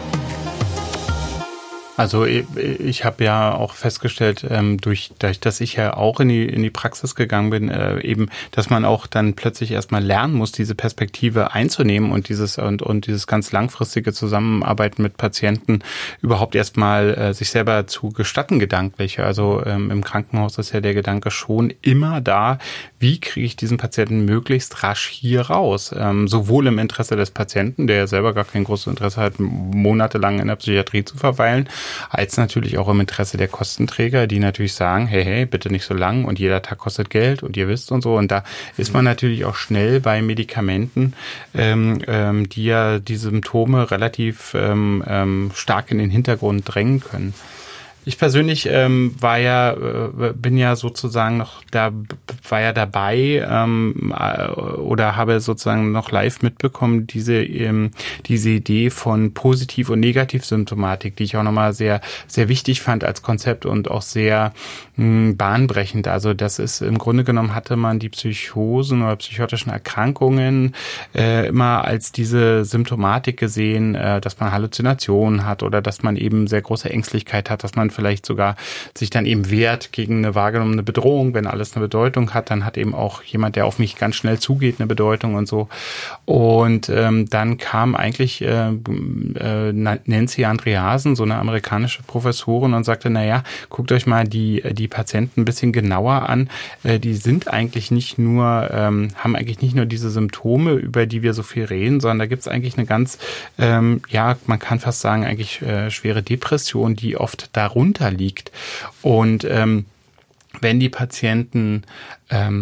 [SPEAKER 2] Also ich, ich habe ja auch festgestellt, ähm, durch, durch, dass ich ja auch in die in die Praxis gegangen bin, äh, eben, dass man auch dann plötzlich erstmal lernen muss, diese Perspektive einzunehmen und dieses und und dieses ganz langfristige Zusammenarbeiten mit Patienten überhaupt erstmal äh, sich selber zu gestatten gedanklich. Also ähm, im Krankenhaus ist ja der Gedanke schon immer da, wie kriege ich diesen Patienten möglichst rasch hier raus? Ähm, sowohl im Interesse des Patienten, der ja selber gar kein großes Interesse hat, monatelang in der Psychiatrie zu verweilen, als natürlich auch im Interesse der Kostenträger, die natürlich sagen, hey, hey, bitte nicht so lang und jeder Tag kostet Geld und ihr wisst und so. Und da ist man natürlich auch schnell bei Medikamenten, ähm, ähm, die ja die Symptome relativ ähm, ähm, stark in den Hintergrund drängen können. Ich persönlich ähm, war ja, äh, bin ja sozusagen noch da, war ja dabei ähm, äh, oder habe sozusagen noch live mitbekommen diese ähm, diese Idee von Positiv- und Negativsymptomatik, die ich auch nochmal sehr sehr wichtig fand als Konzept und auch sehr mh, bahnbrechend. Also das ist im Grunde genommen hatte man die Psychosen oder psychotischen Erkrankungen äh, immer als diese Symptomatik gesehen, äh, dass man Halluzinationen hat oder dass man eben sehr große Ängstlichkeit hat, dass man vielleicht sogar sich dann eben wehrt gegen eine wahrgenommene Bedrohung. Wenn alles eine Bedeutung hat, dann hat eben auch jemand, der auf mich ganz schnell zugeht, eine Bedeutung und so. Und ähm, dann kam eigentlich äh, äh, Nancy Andreasen, so eine amerikanische Professorin, und sagte, naja, guckt euch mal die die Patienten ein bisschen genauer an. Äh, die sind eigentlich nicht nur, ähm, haben eigentlich nicht nur diese Symptome, über die wir so viel reden, sondern da gibt es eigentlich eine ganz, ähm, ja, man kann fast sagen, eigentlich äh, schwere Depression, die oft darunter liegt. Und ähm, wenn die Patienten ähm,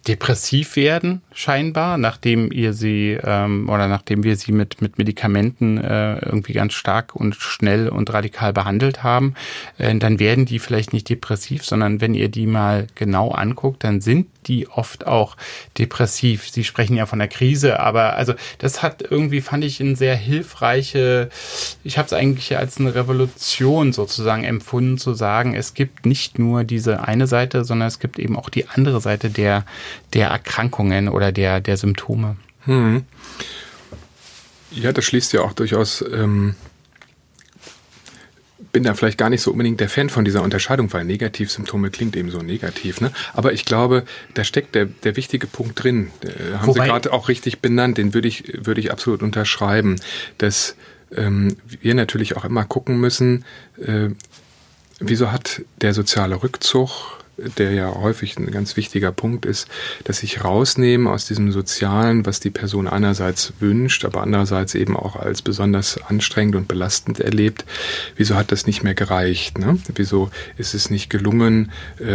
[SPEAKER 2] depressiv werden, scheinbar, nachdem ihr sie ähm, oder nachdem wir sie mit mit Medikamenten äh, irgendwie ganz stark und schnell und radikal behandelt haben, äh, dann werden die vielleicht nicht depressiv, sondern wenn ihr die mal genau anguckt, dann sind die oft auch depressiv. Sie sprechen ja von der Krise, aber also das hat irgendwie, fand ich, eine sehr hilfreiche, ich habe es eigentlich als eine Revolution sozusagen empfunden, zu sagen, es gibt nicht nur diese eine Seite, sondern es gibt eben auch die andere Seite der der Erkrankungen oder der, der Symptome.
[SPEAKER 3] Hm. Ja, das schließt ja auch durchaus, ähm, bin da vielleicht gar nicht so unbedingt der Fan von dieser Unterscheidung, weil Negativsymptome klingt eben so negativ, ne? Aber ich glaube, da steckt der, der wichtige Punkt drin. Äh, haben Wobei, Sie gerade auch richtig benannt, den würde ich, würde ich absolut unterschreiben, dass ähm, wir natürlich auch immer gucken müssen, äh, wieso hat der soziale Rückzug, der ja häufig ein ganz wichtiger Punkt ist, dass ich rausnehme aus diesem Sozialen, was die Person einerseits wünscht, aber andererseits eben auch als besonders anstrengend und belastend erlebt. Wieso hat das nicht mehr gereicht? Ne? Wieso ist es nicht gelungen,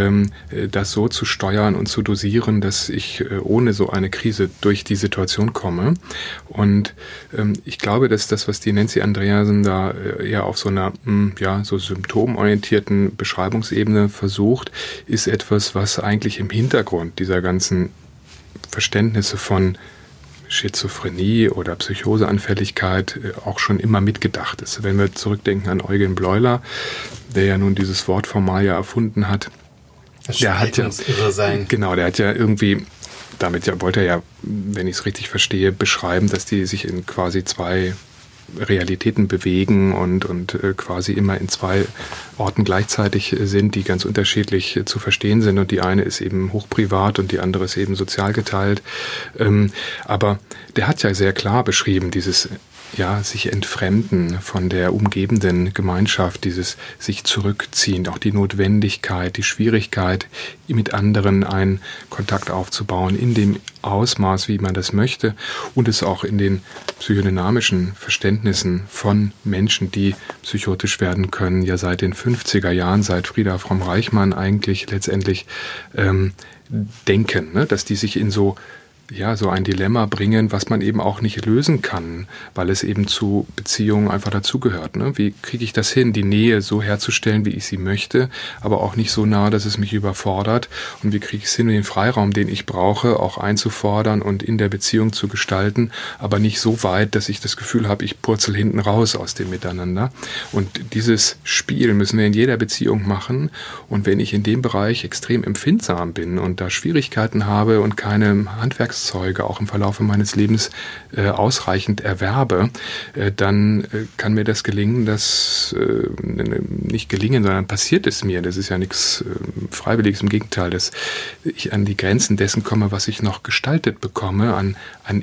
[SPEAKER 3] das so zu steuern und zu dosieren, dass ich ohne so eine Krise durch die Situation komme? Und ich glaube, dass das, was die Nancy Andreasen da eher auf so einer ja, so symptomorientierten Beschreibungsebene versucht, ist etwas, was eigentlich im Hintergrund dieser ganzen Verständnisse von Schizophrenie oder Psychoseanfälligkeit auch schon immer mitgedacht ist. Wenn wir zurückdenken an Eugen Bleuler, der ja nun dieses Wort formal ja erfunden hat,
[SPEAKER 2] das
[SPEAKER 3] der hat ja,
[SPEAKER 2] irre sein.
[SPEAKER 3] Genau, der hat ja irgendwie, damit ja wollte er ja, wenn ich es richtig verstehe, beschreiben, dass die sich in quasi zwei Realitäten bewegen und, und äh, quasi immer in zwei Orten gleichzeitig sind, die ganz unterschiedlich äh, zu verstehen sind. Und die eine ist eben hochprivat und die andere ist eben sozial geteilt. Ähm, aber der hat ja sehr klar beschrieben, dieses ja, sich entfremden von der umgebenden Gemeinschaft, dieses sich zurückziehen, auch die Notwendigkeit, die Schwierigkeit, mit anderen einen Kontakt aufzubauen, in dem Ausmaß, wie man das möchte, und es auch in den psychodynamischen Verständnissen von Menschen, die psychotisch werden können, ja seit den fünfziger Jahren, seit Frieda Fromm-Reichmann eigentlich letztendlich ähm, denken, ne? Dass die sich in so ja, so ein Dilemma bringen, was man eben auch nicht lösen kann, weil es eben zu Beziehungen einfach dazugehört. Ne? Wie kriege ich das hin, die Nähe so herzustellen, wie ich sie möchte, aber auch nicht so nah, dass es mich überfordert? Und wie kriege ich es hin, den Freiraum, den ich brauche, auch einzufordern und in der Beziehung zu gestalten, aber nicht so weit, dass ich das Gefühl habe, ich purzel hinten raus aus dem Miteinander. Und dieses Spiel müssen wir in jeder Beziehung machen. Und wenn ich in dem Bereich extrem empfindsam bin und da Schwierigkeiten habe und keine Handwerks Zeuge auch im Verlauf meines Lebens äh, ausreichend erwerbe, äh, dann äh, kann mir das gelingen, das äh, nicht gelingen, sondern passiert es mir. Das ist ja nichts äh, Freiwilliges, im Gegenteil, dass ich an die Grenzen dessen komme, was ich noch gestaltet bekomme, an, an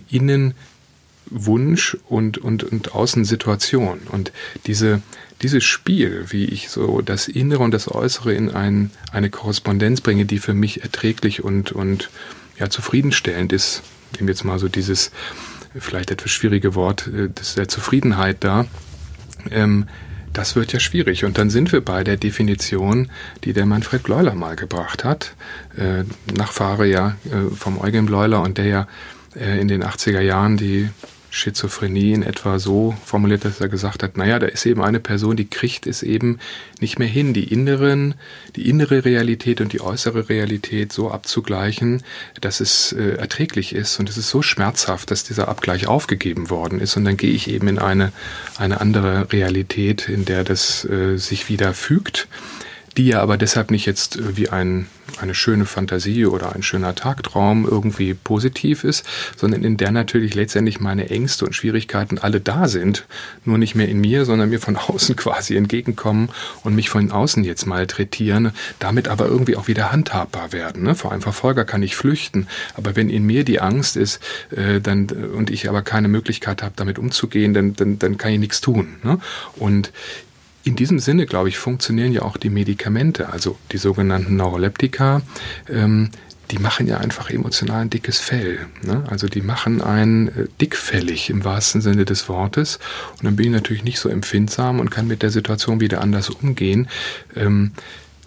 [SPEAKER 3] Innenwunsch und, und, und Außensituation. Und diese Dieses Spiel, wie ich so das Innere und das Äußere in ein, eine Korrespondenz bringe, die für mich erträglich und, und ja, zufriedenstellend ist, nehmen wir jetzt mal so dieses vielleicht etwas schwierige Wort des, der Zufriedenheit da, ähm, das wird ja schwierig. Und dann sind wir bei der Definition, die der Manfred Bleuler mal gebracht hat, äh, Nachfahre ja äh, vom Eugen Bleuler, und der ja äh, in den achtziger Jahren die Schizophrenie in etwa so formuliert, dass er gesagt hat, naja, da ist eben eine Person, die kriegt es eben nicht mehr hin, die inneren, die innere Realität und die äußere Realität so abzugleichen, dass es äh, erträglich ist, und es ist so schmerzhaft, dass dieser Abgleich aufgegeben worden ist, und dann gehe ich eben in eine, eine andere Realität, in der das äh, sich wieder fügt, die ja aber deshalb nicht jetzt wie ein, eine schöne Fantasie oder ein schöner Tagtraum irgendwie positiv ist, sondern in der natürlich letztendlich meine Ängste und Schwierigkeiten alle da sind, nur nicht mehr in mir, sondern mir von außen quasi entgegenkommen und mich von außen jetzt malträtieren, damit aber irgendwie auch wieder handhabbar werden. Ne? Vor einem Verfolger kann ich flüchten, aber wenn in mir die Angst ist äh, dann, und ich aber keine Möglichkeit habe, damit umzugehen, dann, dann, dann kann ich nichts tun. Ne? Und in diesem Sinne, glaube ich, funktionieren ja auch die Medikamente, also die sogenannten Neuroleptika, ähm, die machen ja einfach emotional ein dickes Fell. Ne? Also die machen einen äh, dickfällig im wahrsten Sinne des Wortes, und dann bin ich natürlich nicht so empfindsam und kann mit der Situation wieder anders umgehen. Ähm,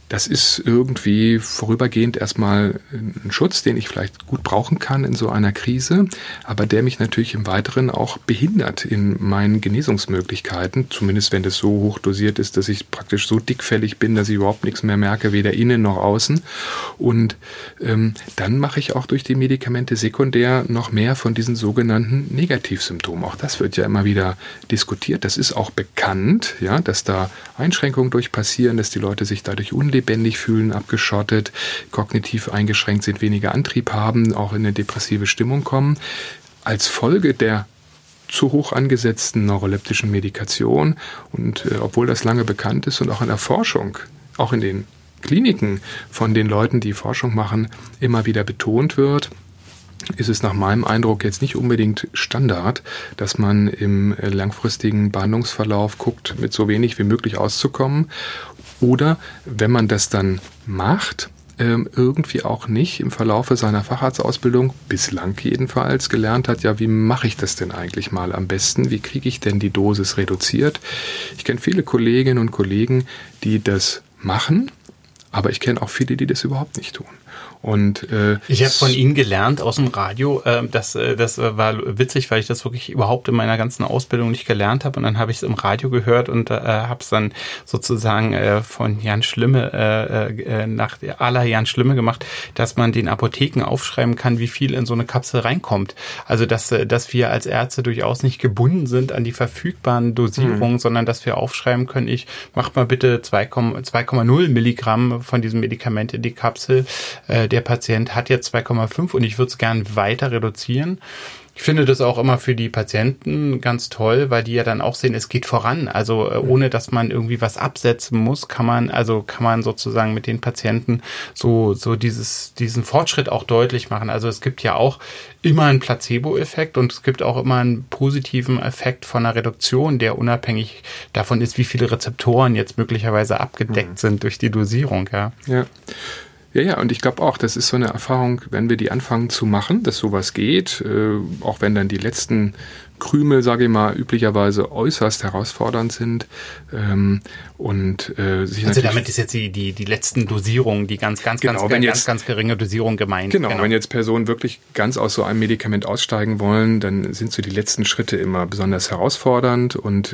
[SPEAKER 3] das ist irgendwie vorübergehend erstmal ein Schutz, den ich vielleicht gut brauchen kann in so einer Krise, aber der mich natürlich im Weiteren auch behindert in meinen Genesungsmöglichkeiten, zumindest wenn das so hoch dosiert ist, dass ich praktisch so dickfällig bin, dass ich überhaupt nichts mehr merke, weder innen noch außen. Und ähm, dann mache ich auch durch die Medikamente sekundär noch mehr von diesen sogenannten Negativsymptomen. Auch das wird ja immer wieder diskutiert. Das ist auch bekannt, ja, dass da Einschränkungen durch passieren, dass die Leute sich dadurch unlebendig fühlen, abgeschottet, kognitiv eingeschränkt sind, weniger Antrieb haben, auch in eine depressive Stimmung kommen. Als Folge der zu hoch angesetzten neuroleptischen Medikation und äh, obwohl das lange bekannt ist und auch in der Forschung, auch in den Kliniken von den Leuten, die Forschung machen, immer wieder betont wird, ist es nach meinem Eindruck jetzt nicht unbedingt Standard, dass man im langfristigen Behandlungsverlauf guckt, mit so wenig wie möglich auszukommen. Oder wenn man das dann macht, irgendwie auch nicht im Verlaufe seiner Facharztausbildung, bislang jedenfalls, gelernt hat, ja, wie mache ich das denn eigentlich mal am besten? Wie kriege ich denn die Dosis reduziert? Ich kenne viele Kolleginnen und Kollegen, die das machen, aber ich kenne auch viele, die das überhaupt nicht tun. Und, äh,
[SPEAKER 2] ich habe von Ihnen gelernt aus dem Radio, äh, das, äh, das war witzig, weil ich das wirklich überhaupt in meiner ganzen Ausbildung nicht gelernt habe und dann habe ich es im Radio gehört und äh, habe es dann sozusagen äh, von Jan Schlimme äh, äh, nach à la Jan Schlimme gemacht, dass man den Apotheken aufschreiben kann, wie viel in so eine Kapsel reinkommt. Also dass, dass wir als Ärzte durchaus nicht gebunden sind an die verfügbaren Dosierungen, mhm. sondern dass wir aufschreiben können, ich mach mal bitte zwei Komma null Milligramm von diesem Medikament in die Kapsel. Äh, der Patient hat jetzt zwei Komma fünf und ich würde es gern weiter reduzieren. Ich finde das auch immer für die Patienten ganz toll, weil die ja dann auch sehen, es geht voran. Also äh, ohne, dass man irgendwie was absetzen muss, kann man also kann man sozusagen mit den Patienten so so dieses diesen Fortschritt auch deutlich machen. Also es gibt ja auch immer einen Placebo-Effekt und es gibt auch immer einen positiven Effekt von einer Reduktion, der unabhängig davon ist, wie viele Rezeptoren jetzt möglicherweise abgedeckt mhm. sind durch die Dosierung. Ja.
[SPEAKER 3] Ja. Ja, ja, und ich glaube auch, das ist so eine Erfahrung, wenn wir die anfangen zu machen, dass sowas geht, äh, auch wenn dann die letzten Krümel, sage ich mal, üblicherweise äußerst herausfordernd sind. Ähm, und äh, sich
[SPEAKER 2] Also damit ist jetzt die, die, die letzten Dosierungen, die ganz, ganz,
[SPEAKER 3] genau,
[SPEAKER 2] ganz,
[SPEAKER 3] wenn
[SPEAKER 2] ganz,
[SPEAKER 3] jetzt,
[SPEAKER 2] ganz geringe Dosierung gemeint.
[SPEAKER 3] Genau, genau, wenn jetzt Personen wirklich ganz aus so einem Medikament aussteigen wollen, dann sind so die letzten Schritte immer besonders herausfordernd und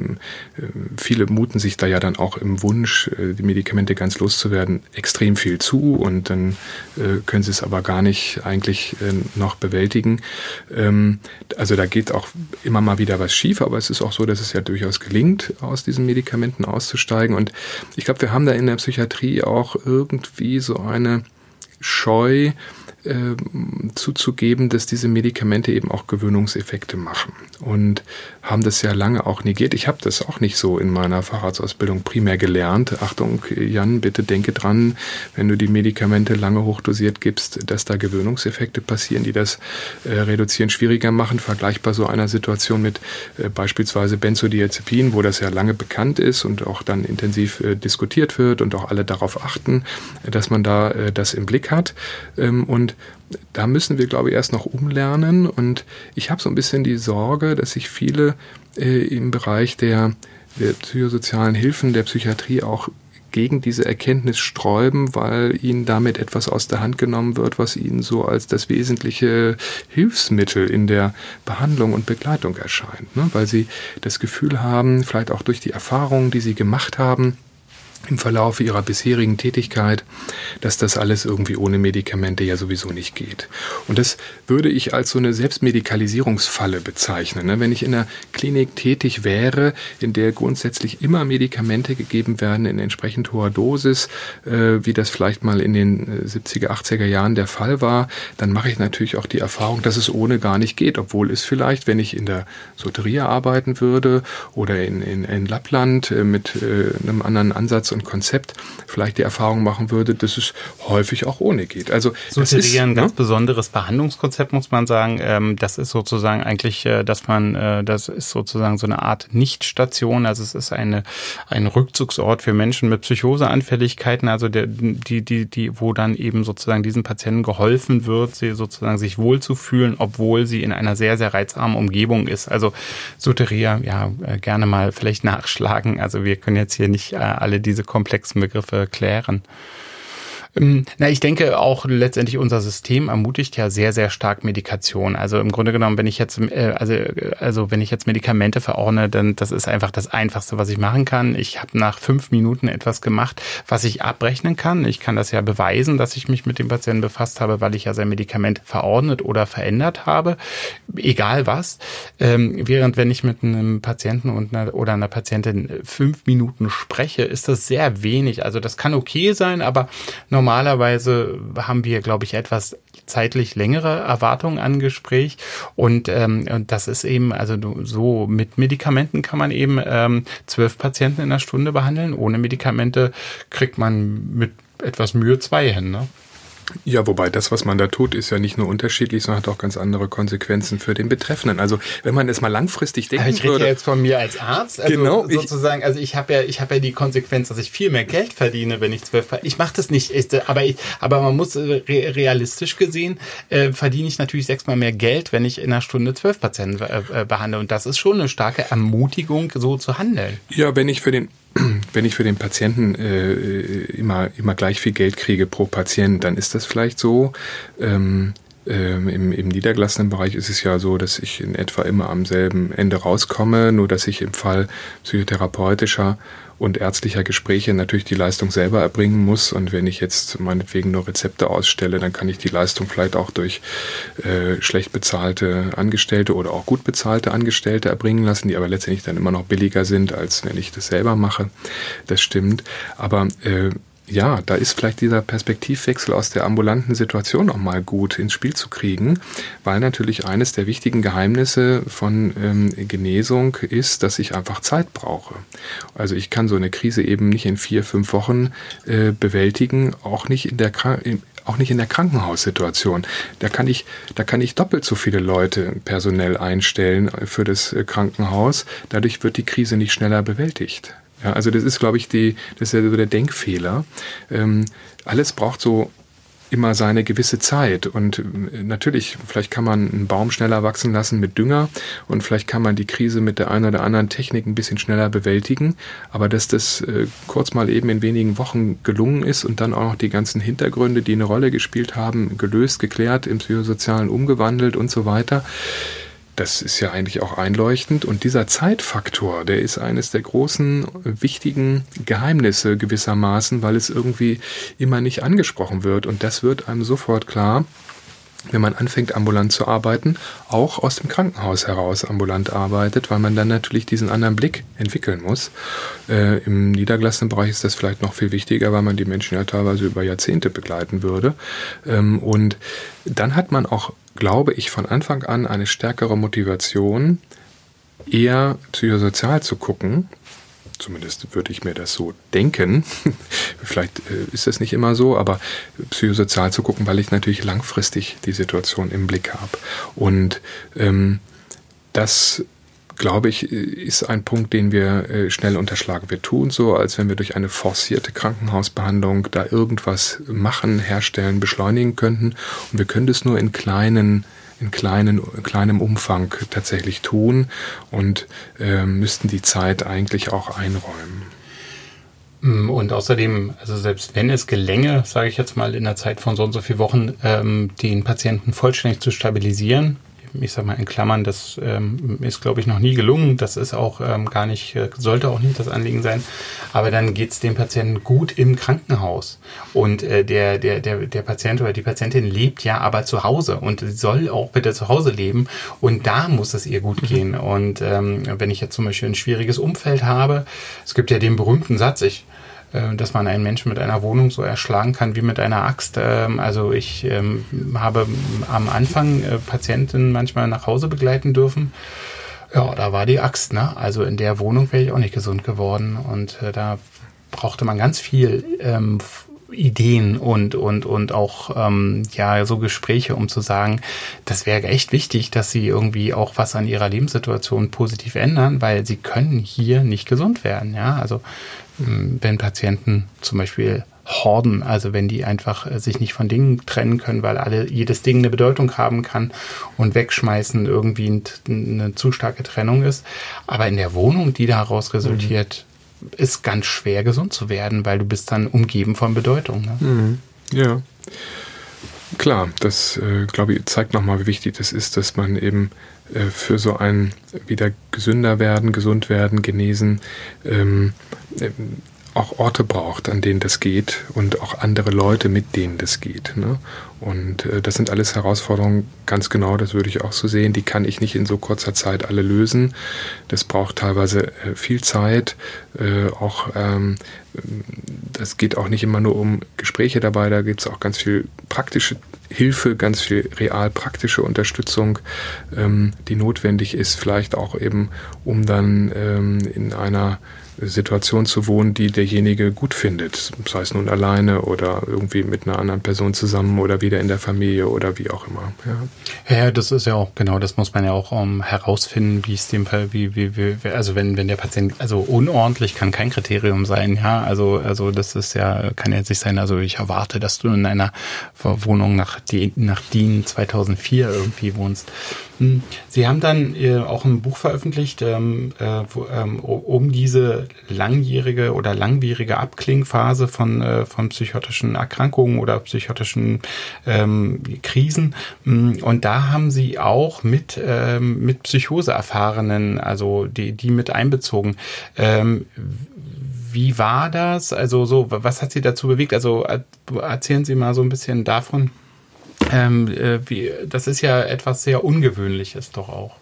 [SPEAKER 3] äh, viele muten sich da ja dann auch im Wunsch, äh, die Medikamente ganz loszuwerden, extrem viel zu und dann äh, können sie es aber gar nicht eigentlich äh, noch bewältigen. Ähm, also da geht auch immer mal wieder was schief, aber es ist auch so, dass es ja durchaus gelingt, aus diesen Medikamenten auszusteigen. Und ich glaube, wir haben da in der Psychiatrie auch irgendwie so eine Scheu äh, zuzugeben, dass diese Medikamente eben auch Gewöhnungseffekte machen und haben das ja lange auch negiert. Ich habe das auch nicht so in meiner Facharztausbildung primär gelernt. Achtung, Jan, bitte denke dran, wenn du die Medikamente lange hochdosiert gibst, dass da Gewöhnungseffekte passieren, die das äh, Reduzieren schwieriger machen, vergleichbar so einer Situation mit äh, beispielsweise Benzodiazepin, wo das ja lange bekannt ist und auch dann intensiv äh, diskutiert wird und auch alle darauf achten, dass man da äh, das im Blick hat. Ähm, und da müssen wir, glaube ich, erst noch umlernen. Und ich habe so ein bisschen die Sorge, dass sich viele äh, im Bereich der, der psychosozialen Hilfen, der Psychiatrie auch gegen diese Erkenntnis sträuben, weil ihnen damit etwas aus der Hand genommen wird, was ihnen so als das wesentliche Hilfsmittel in der Behandlung und Begleitung erscheint. Ne? Weil sie das Gefühl haben, vielleicht auch durch die Erfahrungen, die sie gemacht haben, im Verlauf ihrer bisherigen Tätigkeit, dass das alles irgendwie ohne Medikamente ja sowieso nicht geht. Und das würde ich als so eine Selbstmedikalisierungsfalle bezeichnen. Ne? Wenn ich in einer Klinik tätig wäre, in der grundsätzlich immer Medikamente gegeben werden in entsprechend hoher Dosis, äh, wie das vielleicht mal in den siebziger, achtziger Jahren der Fall war, dann mache ich natürlich auch die Erfahrung, dass es ohne gar nicht geht, obwohl es vielleicht, wenn ich in der Soteria arbeiten würde oder in, in, in Lappland äh, mit äh, einem anderen Ansatz und Konzept vielleicht die Erfahrung machen würde, dass es häufig auch ohne geht. Also
[SPEAKER 2] das ist ein ganz besonderes Behandlungskonzept, muss man sagen. Das ist sozusagen eigentlich, dass man, das ist sozusagen so eine Art Nichtstation. Also es ist eine ein Rückzugsort für Menschen mit Psychoseanfälligkeiten. Also der, die die die, wo dann eben sozusagen diesen Patienten geholfen wird, sie sozusagen sich wohlzufühlen, obwohl sie in einer sehr sehr reizarmen Umgebung ist. Also Soteria, ja gerne mal vielleicht nachschlagen. Also wir können jetzt hier nicht alle diese diese komplexen Begriffe klären. Na, ich denke auch letztendlich unser System ermutigt ja sehr, sehr stark Medikation. Also im Grunde genommen, wenn ich jetzt, also, also wenn ich jetzt Medikamente verordne, dann das ist einfach das Einfachste, was ich machen kann. Ich habe nach fünf Minuten etwas gemacht, was ich abrechnen kann. Ich kann das ja beweisen, dass ich mich mit dem Patienten befasst habe, weil ich ja sein Medikament verordnet oder verändert habe. Egal was. Ähm, während wenn ich mit einem Patienten und einer, oder einer Patientin fünf Minuten spreche, ist das sehr wenig. Also das kann okay sein, aber normalerweise Normalerweise haben wir, glaube ich, etwas zeitlich längere Erwartungen an Gespräch und, ähm, und das ist eben, also so mit Medikamenten kann man eben ähm, zwölf Patienten in einer Stunde behandeln. Ohne Medikamente kriegt man mit etwas Mühe zwei hin, ne?
[SPEAKER 3] Ja, wobei das, was man da tut, ist ja nicht nur unterschiedlich, sondern hat auch ganz andere Konsequenzen für den Betreffenden. Also wenn man es mal langfristig denken würde...
[SPEAKER 2] Ich rede ja jetzt von mir als Arzt. Also
[SPEAKER 3] genau.
[SPEAKER 2] Sozusagen, also ich habe ja, ich habe ja die Konsequenz, dass ich viel mehr Geld verdiene, wenn ich zwölf... Ich mache das nicht, aber, ich, aber man muss re- realistisch gesehen, äh, verdiene ich natürlich sechsmal mehr Geld, wenn ich in einer Stunde zwölf Patienten äh, behandle. Und das ist schon eine starke Ermutigung, so zu handeln.
[SPEAKER 3] Ja, wenn ich für den... Wenn ich für den Patienten äh, immer, immer gleich viel Geld kriege pro Patient, dann ist das vielleicht so. Ähm, ähm, im, im niedergelassenen Bereich ist es ja so, dass ich in etwa immer am selben Ende rauskomme, nur dass ich im Fall psychotherapeutischer und ärztlicher Gespräche natürlich die Leistung selber erbringen muss. Und wenn ich jetzt meinetwegen nur Rezepte ausstelle, dann kann ich die Leistung vielleicht auch durch äh, schlecht bezahlte Angestellte oder auch gut bezahlte Angestellte erbringen lassen, die aber letztendlich dann immer noch billiger sind, als wenn ich das selber mache. Das stimmt. Aber äh, ja, da ist vielleicht dieser Perspektivwechsel aus der ambulanten Situation auch mal gut ins Spiel zu kriegen, weil natürlich eines der wichtigen Geheimnisse von ähm, Genesung ist, dass ich einfach Zeit brauche. Also ich kann so eine Krise eben nicht in vier, fünf Wochen äh, bewältigen, auch nicht in der Krankenhaus. Auch nicht in der Krankenhaussituation. Da kann ich, da kann ich doppelt so viele Leute personell einstellen für das Krankenhaus. Dadurch wird die Krise nicht schneller bewältigt. Ja, also das ist, glaube ich, die, das ist ja so der Denkfehler. Ähm, alles braucht so immer seine gewisse Zeit und natürlich, vielleicht kann man einen Baum schneller wachsen lassen mit Dünger und vielleicht kann man die Krise mit der einen oder anderen Technik ein bisschen schneller bewältigen, aber dass das äh, kurz mal eben in wenigen Wochen gelungen ist und dann auch noch die ganzen Hintergründe, die eine Rolle gespielt haben, gelöst, geklärt, im Psychosozialen umgewandelt und so weiter, das ist ja eigentlich auch einleuchtend. Und dieser Zeitfaktor, der ist eines der großen, wichtigen Geheimnisse gewissermaßen, weil es irgendwie immer nicht angesprochen wird. Und das wird einem sofort klar, wenn man anfängt, ambulant zu arbeiten, auch aus dem Krankenhaus heraus ambulant arbeitet, weil man dann natürlich diesen anderen Blick entwickeln muss. Äh, im niedergelassenen Bereich ist das vielleicht noch viel wichtiger, weil man die Menschen ja teilweise über Jahrzehnte begleiten würde. Ähm, und dann hat man auch, glaube ich, von Anfang an eine stärkere Motivation, eher psychosozial zu gucken. Zumindest würde ich mir das so denken. Vielleicht äh, ist es nicht immer so, aber psychosozial zu gucken, weil ich natürlich langfristig die Situation im Blick habe. Und ähm, das, glaube ich, ist ein Punkt, den wir äh, schnell unterschlagen. Wir tun so, als wenn wir durch eine forcierte Krankenhausbehandlung da irgendwas machen, herstellen, beschleunigen könnten. Und wir können das nur in kleinen in kleinen, kleinem Umfang tatsächlich tun und äh, müssten die Zeit eigentlich auch einräumen.
[SPEAKER 2] Und außerdem, also selbst wenn es gelänge, sage ich jetzt mal in der Zeit von so und so vielen Wochen, ähm, den Patienten vollständig zu stabilisieren, ich sage mal in Klammern, das ähm, ist, glaube ich, noch nie gelungen. Das ist auch ähm, gar nicht, äh, sollte auch nicht das Anliegen sein. Aber dann geht es dem Patienten gut im Krankenhaus. Und äh, der, der, der, der Patient oder die Patientin lebt ja aber zu Hause und soll auch bitte zu Hause leben. Und da muss es ihr gut gehen. Und ähm, wenn ich jetzt zum Beispiel ein schwieriges Umfeld habe, es gibt ja den berühmten Satz, ich dass man einen Menschen mit einer Wohnung so erschlagen kann wie mit einer Axt. Also ich habe am Anfang Patienten manchmal nach Hause begleiten dürfen. Ja, da war die Axt, ne? Also in der Wohnung wäre ich auch nicht gesund geworden. Und da brauchte man ganz viel ähm, Ideen und und und auch ähm, ja so Gespräche, um zu sagen, das wäre echt wichtig, dass sie irgendwie auch was an ihrer Lebenssituation positiv ändern, weil sie können hier nicht gesund werden. Ja, also wenn Patienten zum Beispiel horden, also wenn die einfach sich nicht von Dingen trennen können, weil alle jedes Ding eine Bedeutung haben kann und wegschmeißen irgendwie eine zu starke Trennung ist. Aber in der Wohnung, die daraus resultiert, ist ganz schwer, gesund zu werden, weil du bist dann umgeben von Bedeutung. Ne?
[SPEAKER 3] Mhm. Ja, klar, das, äh, glaube ich, zeigt nochmal, wie wichtig das ist, dass man eben äh, für so ein wieder gesünder werden, gesund werden, genesen, ähm, äh, auch Orte braucht, an denen das geht und auch andere Leute, mit denen das geht. Ne? Und äh, das sind alles Herausforderungen, ganz genau, das würde ich auch so sehen, die kann ich nicht in so kurzer Zeit alle lösen. Das braucht teilweise äh, viel Zeit, äh, auch ähm, das geht auch nicht immer nur um Gespräche dabei, da gibt es auch ganz viel praktische Hilfe, ganz viel real praktische Unterstützung, ähm, die notwendig ist, vielleicht auch eben, um dann ähm, in einer Situation zu wohnen, die derjenige gut findet, sei es nun alleine oder irgendwie mit einer anderen Person zusammen oder wieder in der Familie oder wie auch immer.
[SPEAKER 2] Ja, ja, das ist ja auch, genau, das muss man ja auch um, herausfinden, wie es dem Fall, wie, wie, wie, also wenn, wenn der Patient, also unordentlich kann kein Kriterium sein, ja, also, also das ist ja, kann jetzt nicht sein, also ich erwarte, dass du in einer Wohnung nach, nach D I N zweitausendvier irgendwie wohnst. Sie haben dann äh, auch ein Buch veröffentlicht, ähm, äh, wo, ähm, um diese langjährige oder langwierige Abklingphase von, äh, von psychotischen Erkrankungen oder psychotischen ähm, Krisen. Und da haben Sie auch mit, ähm, mit Psychose-Erfahrenen, also die, die mit einbezogen. Ähm, wie war das? Also so, was hat Sie dazu bewegt? Also erzählen Sie mal so ein bisschen davon. Ähm, äh, wie, das ist ja etwas sehr Ungewöhnliches doch auch.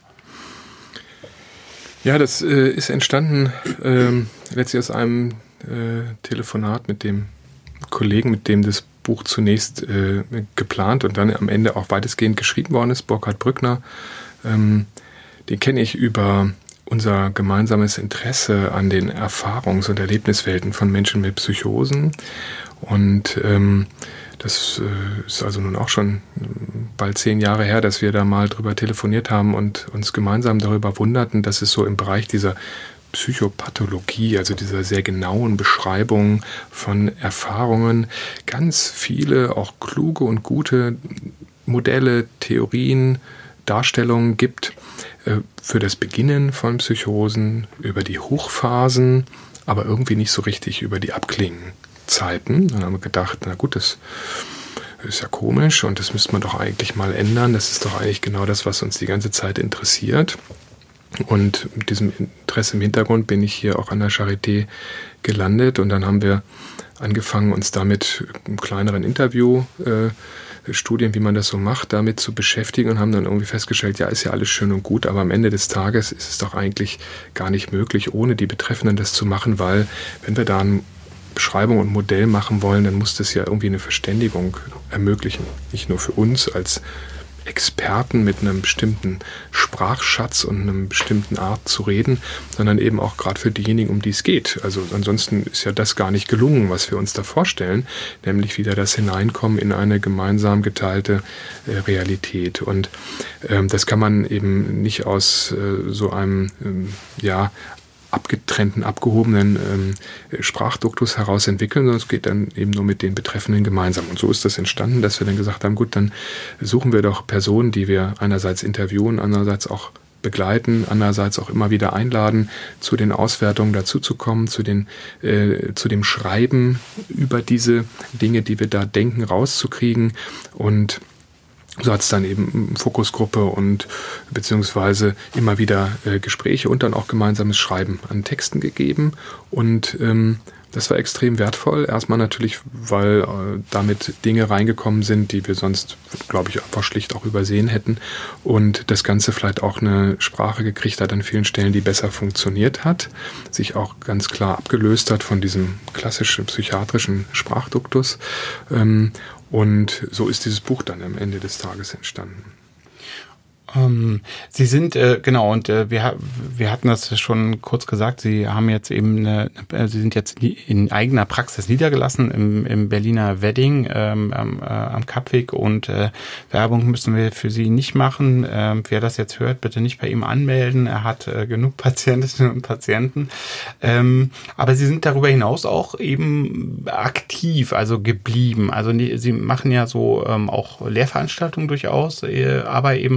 [SPEAKER 3] Ja, das äh, ist entstanden ähm, letztlich aus einem äh, Telefonat mit dem Kollegen, mit dem das Buch zunächst äh, geplant und dann am Ende auch weitestgehend geschrieben worden ist, Burkhard Brückner. Ähm, den kenne ich über unser gemeinsames Interesse an den Erfahrungs- und Erlebniswelten von Menschen mit Psychosen. Und ähm, das äh, ist also nun auch schon bald zehn Jahre her, dass wir da mal drüber telefoniert haben und uns gemeinsam darüber wunderten, dass es so im Bereich dieser Psychopathologie, also dieser sehr genauen Beschreibung von Erfahrungen, ganz viele auch kluge und gute Modelle, Theorien, Darstellungen gibt äh, für das Beginnen von Psychosen, über die Hochphasen, aber irgendwie nicht so richtig über die Abklingenzeiten. Dann haben wir gedacht, na gut, das ist ja komisch und das müsste man doch eigentlich mal ändern. Das ist doch eigentlich genau das, was uns die ganze Zeit interessiert. Und mit diesem Interesse im Hintergrund bin ich hier auch an der Charité gelandet und dann haben wir angefangen, uns damit im kleineren Interview äh, Studien, wie man das so macht, damit zu beschäftigen und haben dann irgendwie festgestellt, ja, ist ja alles schön und gut, aber am Ende des Tages ist es doch eigentlich gar nicht möglich, ohne die Betreffenden das zu machen, weil wenn wir da eine Beschreibung und Modell machen wollen, dann muss das ja irgendwie eine Verständigung ermöglichen. Nicht nur für uns als Experten mit einem bestimmten Sprachschatz und einer bestimmten Art zu reden, sondern eben auch gerade für diejenigen, um die es geht. Also ansonsten ist ja das gar nicht gelungen, was wir uns da vorstellen, nämlich wieder das Hineinkommen in eine gemeinsam geteilte äh, Realität. Und ähm, das kann man eben nicht aus äh, so einem, ähm, ja, abgetrennten, abgehobenen ähm, Sprachduktus heraus entwickeln, sondern es geht dann eben nur mit den Betreffenden gemeinsam. Und so ist das entstanden, dass wir dann gesagt haben, gut, dann suchen wir doch Personen, die wir einerseits interviewen, andererseits auch begleiten, andererseits auch immer wieder einladen, zu den Auswertungen dazuzukommen, zu den, äh, zu dem Schreiben über diese Dinge, die wir da denken, rauszukriegen. Und so hat es dann eben Fokusgruppe und beziehungsweise immer wieder äh, Gespräche und dann auch gemeinsames Schreiben an Texten gegeben. Und ähm, das war extrem wertvoll. Erstmal natürlich, weil äh, damit Dinge reingekommen sind, die wir sonst, glaube ich, einfach schlicht auch übersehen hätten. Und das Ganze vielleicht auch eine Sprache gekriegt hat an vielen Stellen, die besser funktioniert hat, sich auch ganz klar abgelöst hat von diesem klassischen psychiatrischen Sprachduktus. Ähm, Und so ist dieses Buch dann am Ende des Tages entstanden.
[SPEAKER 2] Ähm, Sie sind, äh, genau, und äh, wir, wir hatten das schon kurz gesagt, Sie haben jetzt eben eine, äh, Sie sind jetzt in eigener Praxis niedergelassen im, im Berliner Wedding ähm, am, äh, am Kappweg und äh, Werbung müssen wir für Sie nicht machen. Ähm, wer das jetzt hört, bitte nicht bei ihm anmelden. Er hat äh, genug Patientinnen und Patienten. Ähm, aber Sie sind darüber hinaus auch eben aktiv, also geblieben. Also Sie machen ja so ähm, auch Lehrveranstaltungen durchaus, äh, aber eben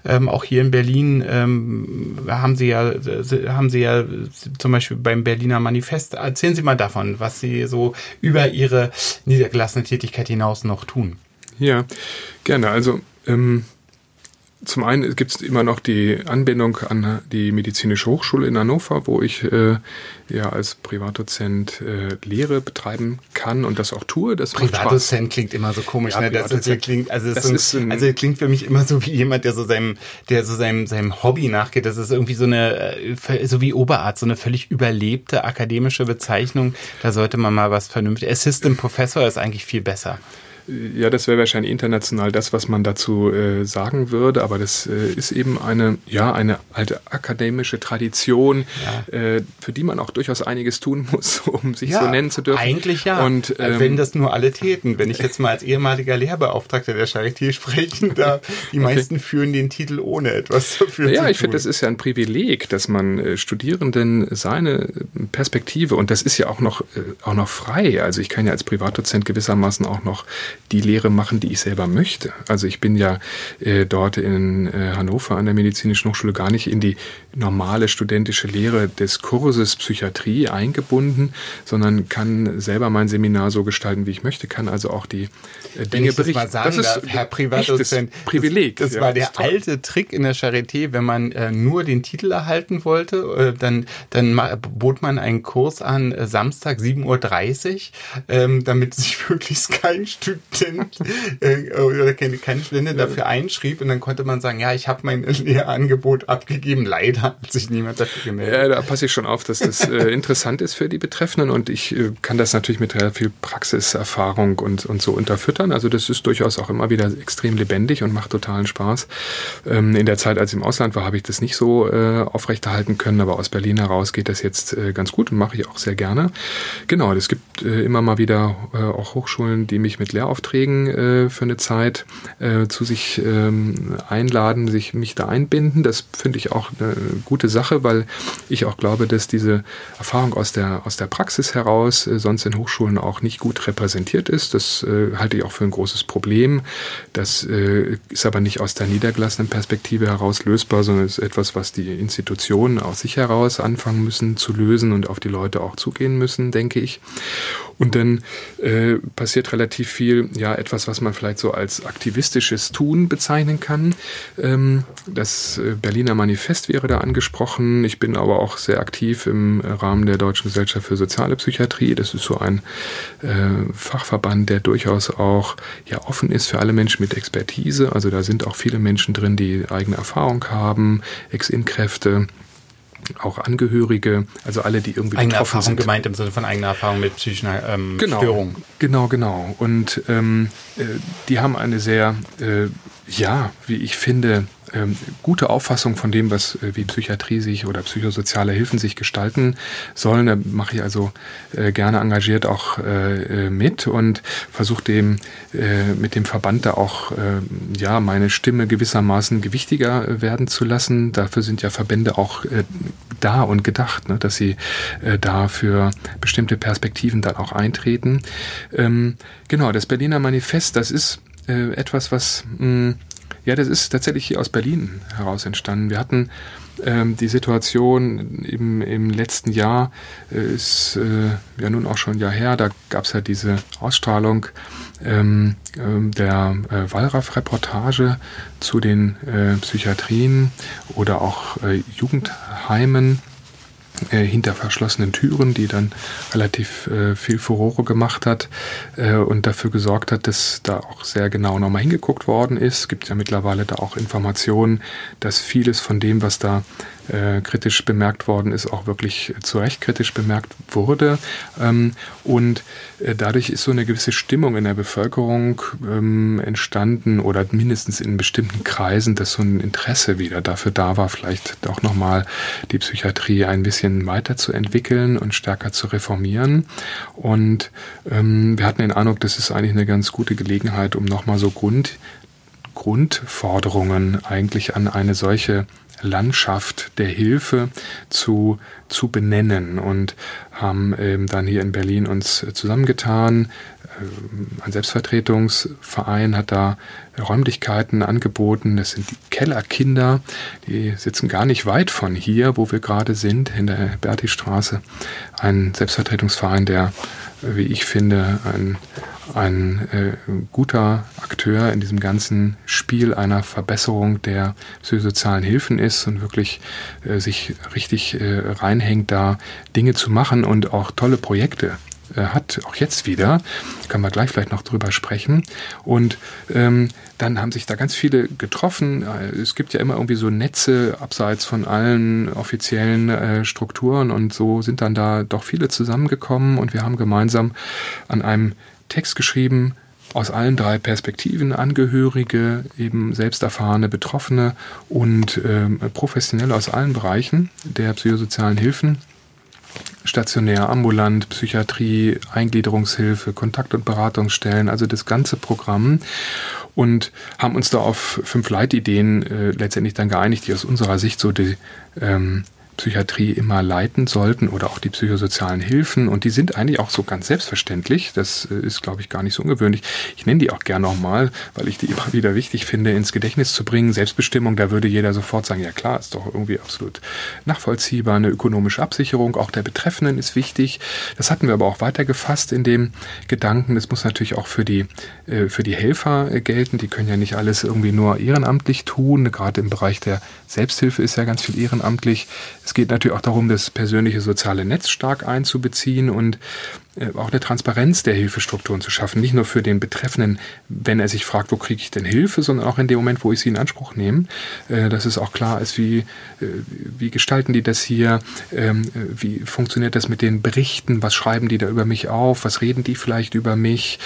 [SPEAKER 2] Ähm, auch hier in Berlin ähm, haben Sie ja, haben Sie ja zum Beispiel beim Berliner Manifest. Erzählen Sie mal davon, was Sie so über Ihre niedergelassene Tätigkeit hinaus noch tun.
[SPEAKER 3] Ja, gerne. Also ähm Zum einen gibt es immer noch die Anbindung an die Medizinische Hochschule in Hannover, wo ich äh, ja als Privatdozent äh, Lehre betreiben kann und das auch tue. Das
[SPEAKER 2] Privatdozent klingt immer so komisch,
[SPEAKER 3] ja,
[SPEAKER 2] ne? Das ist, klingt, also
[SPEAKER 3] das
[SPEAKER 2] ist
[SPEAKER 3] ist
[SPEAKER 2] ein,
[SPEAKER 3] ein,
[SPEAKER 2] also klingt für mich immer so wie jemand, der so seinem, der so seinem, seinem Hobby nachgeht. Das ist irgendwie so eine, so wie Oberarzt, so eine völlig überlebte akademische Bezeichnung. Da sollte man mal was vernünftig. Assistant Professor ist eigentlich viel besser.
[SPEAKER 3] Ja, das wäre wahrscheinlich international das, was man dazu äh, sagen würde, aber das äh, ist eben eine, ja, eine alte akademische Tradition, ja. äh, für die man auch durchaus einiges tun muss, um sich ja, so nennen zu dürfen.
[SPEAKER 2] Eigentlich ja,
[SPEAKER 3] und, ähm,
[SPEAKER 2] wenn das nur alle täten. Wenn ich jetzt mal als ehemaliger Lehrbeauftragter der Charité sprechen darf, die okay. meisten führen den Titel ohne etwas dafür
[SPEAKER 3] ja,
[SPEAKER 2] zu tun.
[SPEAKER 3] Ja, ich finde, das ist ja ein Privileg, dass man äh, Studierenden seine Perspektive, und das ist ja auch noch, äh, auch noch frei, also ich kann ja als Privatdozent gewissermaßen auch noch die Lehre machen, die ich selber möchte. Also ich bin ja äh, dort in äh, Hannover an der Medizinischen Hochschule gar nicht in die normale studentische Lehre des Kurses Psychiatrie eingebunden, sondern kann selber mein Seminar so gestalten, wie ich möchte, kann also auch die äh, Dinge berichten.
[SPEAKER 2] Mal sagen das
[SPEAKER 3] darf,
[SPEAKER 2] ist Herr Privatdozent,
[SPEAKER 3] Privileg.
[SPEAKER 2] Das, das
[SPEAKER 3] ja,
[SPEAKER 2] war der alte Trick in der Charité, wenn man äh, nur den Titel erhalten wollte, äh, dann, dann bot man einen Kurs an äh, Samstag sieben Uhr dreißig, ähm, damit sich möglichst kein Student äh, oder keine, keine Studentin dafür einschrieb, und dann konnte man sagen, ja, ich habe mein Lehrangebot abgegeben. Leider hat sich niemand dafür gemeldet.
[SPEAKER 3] Ja, da passe ich schon auf, dass das äh, interessant ist für die Betreffenden, und ich äh, kann das natürlich mit sehr viel Praxiserfahrung und, und so unterfüttern. Also das ist durchaus auch immer wieder extrem lebendig und macht totalen Spaß. Ähm, in der Zeit, als ich im Ausland war, habe ich das nicht so äh, aufrechterhalten können, aber aus Berlin heraus geht das jetzt äh, ganz gut und mache ich auch sehr gerne. Genau, es gibt äh, immer mal wieder äh, auch Hochschulen, die mich mit Lehraufträgen äh, für eine Zeit äh, zu sich ähm, einladen, sich mich da einbinden. Das finde ich auch eine gute Sache, weil ich auch glaube, dass diese Erfahrung aus der, aus der Praxis heraus äh, sonst in Hochschulen auch nicht gut repräsentiert ist. Das äh, halte ich auch für ein großes Problem. Das äh, ist aber nicht aus der niedergelassenen Perspektive heraus lösbar, sondern ist etwas, was die Institutionen aus sich heraus anfangen müssen zu lösen und auf die Leute auch zugehen müssen, denke ich. Und dann äh, passiert relativ viel, ja, etwas, was man vielleicht so als aktivistisches Tun bezeichnen kann. Ähm, das Berliner Manifest wäre da angesprochen. Ich bin aber auch sehr aktiv im Rahmen der Deutschen Gesellschaft für soziale Psychiatrie. Das ist so ein äh, Fachverband, der durchaus auch ja offen ist für alle Menschen mit Expertise. Also da sind auch viele Menschen drin, die eigene Erfahrung haben, Ex-In-Kräfte, auch Angehörige, also alle, die irgendwie
[SPEAKER 2] eigene
[SPEAKER 3] betroffen
[SPEAKER 2] Erfahrung
[SPEAKER 3] sind.
[SPEAKER 2] Gemeint im Sinne von eigener Erfahrung mit psychischen ähm,
[SPEAKER 3] genau,
[SPEAKER 2] Störungen.
[SPEAKER 3] Genau, genau. Und ähm, äh, die haben eine sehr, äh, ja, wie ich finde, ähm, gute Auffassung von dem, was äh, wie Psychiatrie sich oder psychosoziale Hilfen sich gestalten sollen. Da mache ich also äh, gerne engagiert auch äh, mit und versuche dem äh, mit dem Verband da auch äh, ja meine Stimme gewissermaßen gewichtiger äh, werden zu lassen. Dafür sind ja Verbände auch äh, da und gedacht, ne, dass sie äh, da für bestimmte Perspektiven dann auch eintreten. Ähm, genau, das Berliner Manifest, das ist äh, etwas, was mh, ja, das ist tatsächlich hier aus Berlin heraus entstanden. Wir hatten ähm, die Situation im, im letzten Jahr, äh, ist äh, ja nun auch schon ein Jahr her, da gab es ja diese Ausstrahlung ähm, äh, der äh, Wallraff-Reportage zu den äh, Psychiatrien oder auch äh, Jugendheimen äh, hinter verschlossenen Türen, die dann relativ äh, viel Furore gemacht hat äh, und dafür gesorgt hat, dass da auch sehr genau nochmal hingeguckt worden ist. Es gibt ja mittlerweile da auch Informationen, dass vieles von dem, was da äh, kritisch bemerkt worden ist, auch wirklich zu Recht kritisch bemerkt wurde. Ähm, und äh, dadurch ist so eine gewisse Stimmung in der Bevölkerung ähm, entstanden oder mindestens in bestimmten Kreisen, dass so ein Interesse wieder dafür da war, vielleicht auch nochmal die Psychiatrie ein bisschen weiterzuentwickeln und stärker zu reformieren. Und ähm, wir hatten den Eindruck, das ist eigentlich eine ganz gute Gelegenheit, um nochmal so Grund, Grundforderungen eigentlich an eine solche Landschaft der Hilfe zu, zu benennen und haben ähm, dann hier in Berlin uns zusammengetan, ein Selbstvertretungsverein hat da Räumlichkeiten angeboten. Das sind die Kellerkinder, die sitzen gar nicht weit von hier, wo wir gerade sind, in der Berti-Straße. Ein Selbstvertretungsverein, der, wie ich finde, ein, ein äh, guter Akteur in diesem ganzen Spiel einer Verbesserung der psychosozialen Hilfen ist und wirklich äh, sich richtig äh, reinhängt, da Dinge zu machen und auch tolle Projekte hat, auch jetzt wieder, können wir gleich vielleicht noch drüber sprechen. Und ähm, dann haben sich da ganz viele getroffen. Es gibt ja immer irgendwie so Netze abseits von allen offiziellen äh, Strukturen und so sind dann da doch viele zusammengekommen und wir haben gemeinsam an einem Text geschrieben, aus allen drei Perspektiven, Angehörige, eben selbst erfahrene Betroffene und ähm, Professionelle aus allen Bereichen der psychosozialen Hilfen. Stationär, ambulant, Psychiatrie, Eingliederungshilfe, Kontakt- und Beratungsstellen, also das ganze Programm und haben uns da auf fünf Leitideen äh, letztendlich dann geeinigt, die aus unserer Sicht so die ähm, Psychiatrie immer leiten sollten oder auch die psychosozialen Hilfen und die sind eigentlich auch so ganz selbstverständlich, das ist glaube ich gar nicht so ungewöhnlich. Ich nenne die auch gerne nochmal, weil ich die immer wieder wichtig finde, ins Gedächtnis zu bringen. Selbstbestimmung, da würde jeder sofort sagen, ja klar, ist doch irgendwie absolut nachvollziehbar, eine ökonomische Absicherung, auch der Betreffenden ist wichtig. Das hatten wir aber auch weitergefasst in dem Gedanken, das muss natürlich auch für die, für die Helfer gelten, die können ja nicht alles irgendwie nur ehrenamtlich tun, gerade im Bereich der Selbsthilfe ist ja ganz viel ehrenamtlich. Es geht natürlich auch darum, das persönliche soziale Netz stark einzubeziehen und auch eine Transparenz der Hilfestrukturen zu schaffen. Nicht nur für den Betreffenden, wenn er sich fragt, wo kriege ich denn Hilfe, sondern auch in dem Moment, wo ich sie in Anspruch nehme. Dass es auch klar ist, wie, wie gestalten die das hier, wie funktioniert das mit den Berichten, was schreiben die da über mich auf, was reden die vielleicht über mich,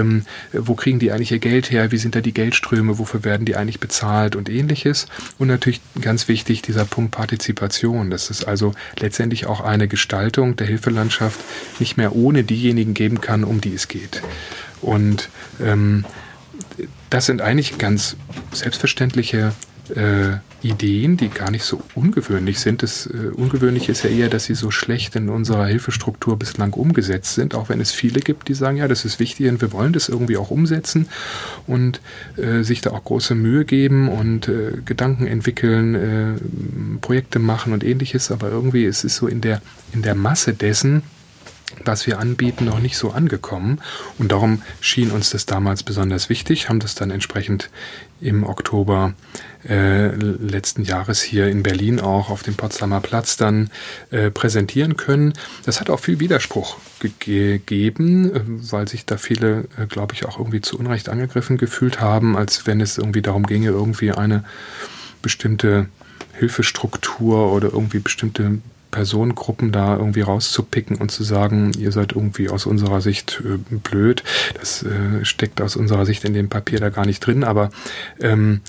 [SPEAKER 3] wo kriegen die eigentlich ihr Geld her, wie sind da die Geldströme, wofür werden die eigentlich bezahlt und ähnliches. Und natürlich ganz wichtig, dieser Punkt Partizipation. Das ist also letztendlich auch eine Gestaltung der Hilfelandschaft, nicht mehr ohne diejenigen geben kann, um die es geht. Und ähm, das sind eigentlich ganz selbstverständliche äh, Ideen, die gar nicht so ungewöhnlich sind. Das äh, Ungewöhnliche ist ja eher, dass sie so schlecht in unserer Hilfestruktur bislang umgesetzt sind, auch wenn es viele gibt, die sagen, ja, das ist wichtig und wir wollen das irgendwie auch umsetzen und äh, sich da auch große Mühe geben und äh, Gedanken entwickeln, äh, Projekte machen und ähnliches, aber irgendwie ist es so in der, in der Masse dessen, was wir anbieten, noch nicht so angekommen. Und darum schien uns das damals besonders wichtig, haben das dann entsprechend im Oktober äh, letzten Jahres hier in Berlin auch auf dem Potsdamer Platz dann äh, präsentieren können. Das hat auch viel Widerspruch ge- gegeben, äh, weil sich da viele, äh, glaube ich, auch irgendwie zu Unrecht angegriffen gefühlt haben, als wenn es irgendwie darum ginge, irgendwie eine bestimmte Hilfestruktur oder irgendwie bestimmte Personengruppen da irgendwie rauszupicken und zu sagen, ihr seid irgendwie aus unserer Sicht äh, blöd. Das äh, steckt aus unserer Sicht in dem Papier da gar nicht drin, aber ähm,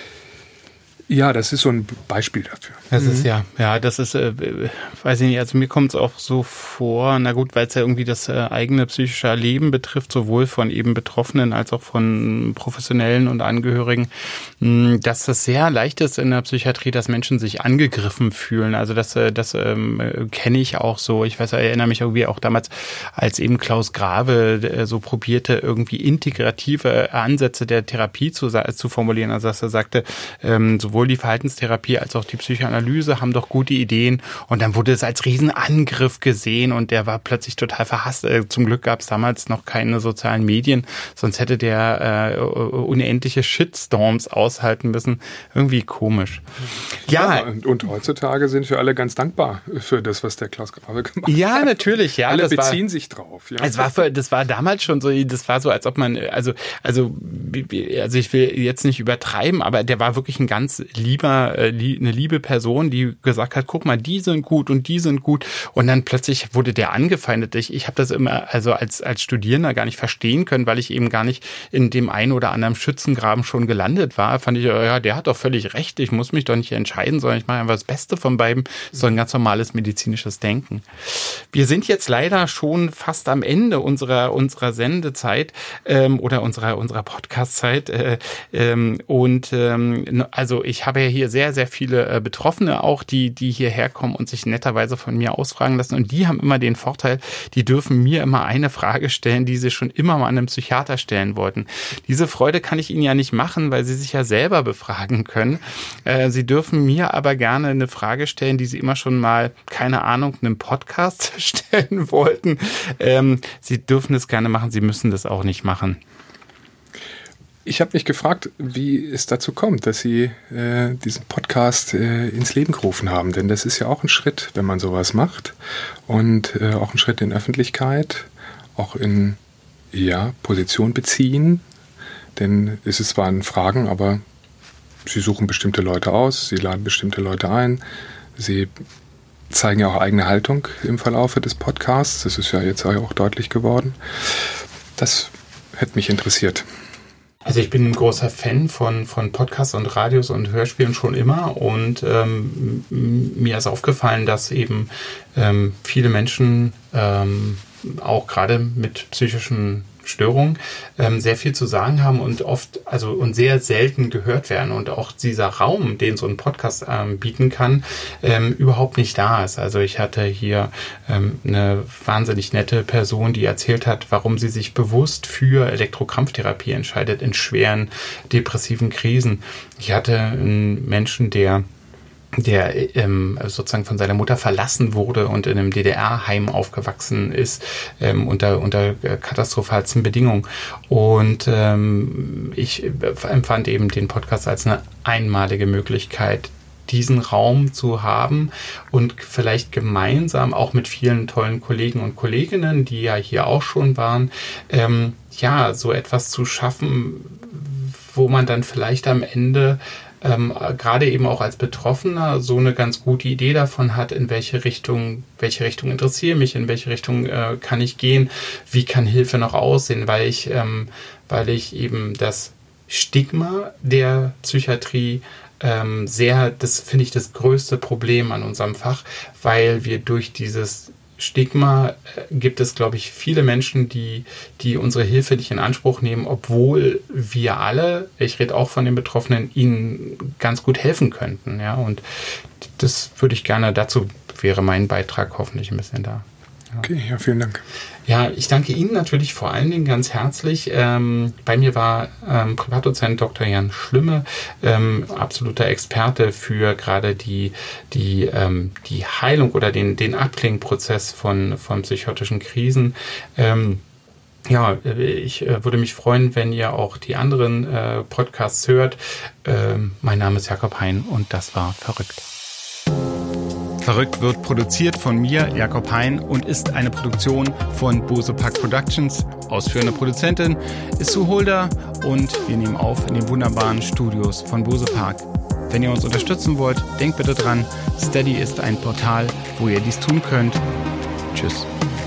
[SPEAKER 3] ja, das ist so ein Beispiel dafür.
[SPEAKER 2] Das mhm. ist ja, ja, das ist, äh, weiß ich nicht, also mir kommt es auch so vor, na gut, weil es ja irgendwie das äh, eigene psychische Erleben betrifft, sowohl von eben Betroffenen als auch von Professionellen und Angehörigen, mh, dass das sehr leicht ist in der Psychiatrie, dass Menschen sich angegriffen fühlen. Also das, äh, das ähm, kenne ich auch so. Ich weiß, ich erinnere mich irgendwie auch damals, als eben Klaus Grave äh, so probierte, irgendwie integrative Ansätze der Therapie zu, zu formulieren. Also dass er sagte, ähm, so sowohl die Verhaltenstherapie als auch die Psychoanalyse haben doch gute Ideen und dann wurde es als Riesenangriff gesehen und der war plötzlich total verhasst. Zum Glück gab es damals noch keine sozialen Medien, sonst hätte der äh, unendliche Shitstorms aushalten müssen. Irgendwie komisch.
[SPEAKER 3] Ja, ja und, und heutzutage sind wir alle ganz dankbar für das, was der Klaus Grave gemacht hat.
[SPEAKER 2] Ja, natürlich. Ja,
[SPEAKER 3] alle
[SPEAKER 2] das
[SPEAKER 3] beziehen
[SPEAKER 2] war,
[SPEAKER 3] sich drauf. Ja.
[SPEAKER 2] Es war für, das war damals schon so, das war so, als ob man, also, also, also ich will jetzt nicht übertreiben, aber der war wirklich ein ganz lieber, äh, li- eine liebe Person, die gesagt hat, guck mal, die sind gut und die sind gut. Und dann plötzlich wurde der angefeindet. Ich, ich habe das immer also als als Studierender gar nicht verstehen können, weil ich eben gar nicht in dem einen oder anderen Schützengraben schon gelandet war. Fand ich, ja, der hat doch völlig recht. Ich muss mich doch nicht entscheiden, sondern ich mache einfach das Beste von beiden. So ein ganz normales medizinisches Denken. Wir sind jetzt leider schon fast am Ende unserer unserer Sendezeit ähm, oder unserer unserer Podcast-Zeit. Äh, ähm, und ähm, also ich ich habe ja hier sehr, sehr viele äh, Betroffene auch, die, die hierher kommen und sich netterweise von mir ausfragen lassen. Und die haben immer den Vorteil, die dürfen mir immer eine Frage stellen, die sie schon immer mal an einen Psychiater stellen wollten. Diese Freude kann ich ihnen ja nicht machen, weil sie sich ja selber befragen können. Äh, sie dürfen mir aber gerne eine Frage stellen, die sie immer schon mal, keine Ahnung, einem Podcast stellen wollten. Ähm, sie dürfen es gerne machen, sie müssen das auch nicht machen.
[SPEAKER 3] Ich habe mich gefragt, wie es dazu kommt, dass Sie äh, diesen Podcast äh, ins Leben gerufen haben. Denn das ist ja auch ein Schritt, wenn man sowas macht. Und äh, auch ein Schritt in Öffentlichkeit, auch in ja, Position beziehen. Denn es ist zwar ein Fragen, aber Sie suchen bestimmte Leute aus, Sie laden bestimmte Leute ein. Sie zeigen ja auch eigene Haltung im Verlaufe des Podcasts. Das ist ja jetzt auch deutlich geworden. Das hätte mich interessiert.
[SPEAKER 2] Also ich bin ein großer Fan von, von Podcasts und Radios und Hörspielen schon immer und ähm, mir ist aufgefallen, dass eben ähm, viele Menschen ähm, auch gerade mit psychischen Störungen ähm, sehr viel zu sagen haben und oft, also und sehr selten gehört werden und auch dieser Raum, den so ein Podcast ähm, bieten kann, ähm, überhaupt nicht da ist. Also ich hatte hier ähm, eine wahnsinnig nette Person, die erzählt hat, warum sie sich bewusst für Elektrokrampftherapie entscheidet in schweren depressiven Krisen. Ich hatte einen Menschen, der der ähm, sozusagen von seiner Mutter verlassen wurde und in einem D D R-Heim aufgewachsen ist, ähm, unter, unter katastrophalsten Bedingungen. Und ähm, ich empfand eben den Podcast als eine einmalige Möglichkeit, diesen Raum zu haben und vielleicht gemeinsam auch mit vielen tollen Kollegen und Kolleginnen, die ja hier auch schon waren, ähm, ja, so etwas zu schaffen, wo man dann vielleicht am Ende Ähm, gerade eben auch als Betroffener so eine ganz gute Idee davon hat, in welche Richtung, welche Richtung interessiere mich, in welche Richtung äh, kann ich gehen, wie kann Hilfe noch aussehen, weil ich, ähm, weil ich eben das Stigma der Psychiatrie ähm, sehr, das finde ich das größte Problem an unserem Fach, weil wir durch dieses Stigma äh, gibt es, glaube ich, viele Menschen, die, die unsere Hilfe nicht in Anspruch nehmen, obwohl wir alle, ich rede auch von den Betroffenen, ihnen ganz gut helfen könnten. Ja? Und das würde ich gerne, dazu wäre mein Beitrag hoffentlich ein bisschen da. Ja.
[SPEAKER 3] Okay, ja, vielen Dank.
[SPEAKER 2] Ja, ich danke Ihnen natürlich vor allen Dingen ganz herzlich. Ähm, bei mir war ähm, Privatdozent Doktor Jan Schlimme, ähm, absoluter Experte für gerade die, die, ähm, die Heilung oder den, den Abklingprozess von, von psychotischen Krisen. Ähm, Ja, ich äh, würde mich freuen, wenn ihr auch die anderen äh, Podcasts hört. Ähm, mein Name ist Jakob Hein und das war Verrückt. Verrückt wird produziert von mir, Jakob Hein, und ist eine Produktion von Bose Park Productions. Ausführende Produzentin ist Sue Holder und wir nehmen auf in den wunderbaren Studios von Bose Park. Wenn ihr uns unterstützen wollt, denkt bitte dran, Steady ist ein Portal, wo ihr dies tun könnt. Tschüss.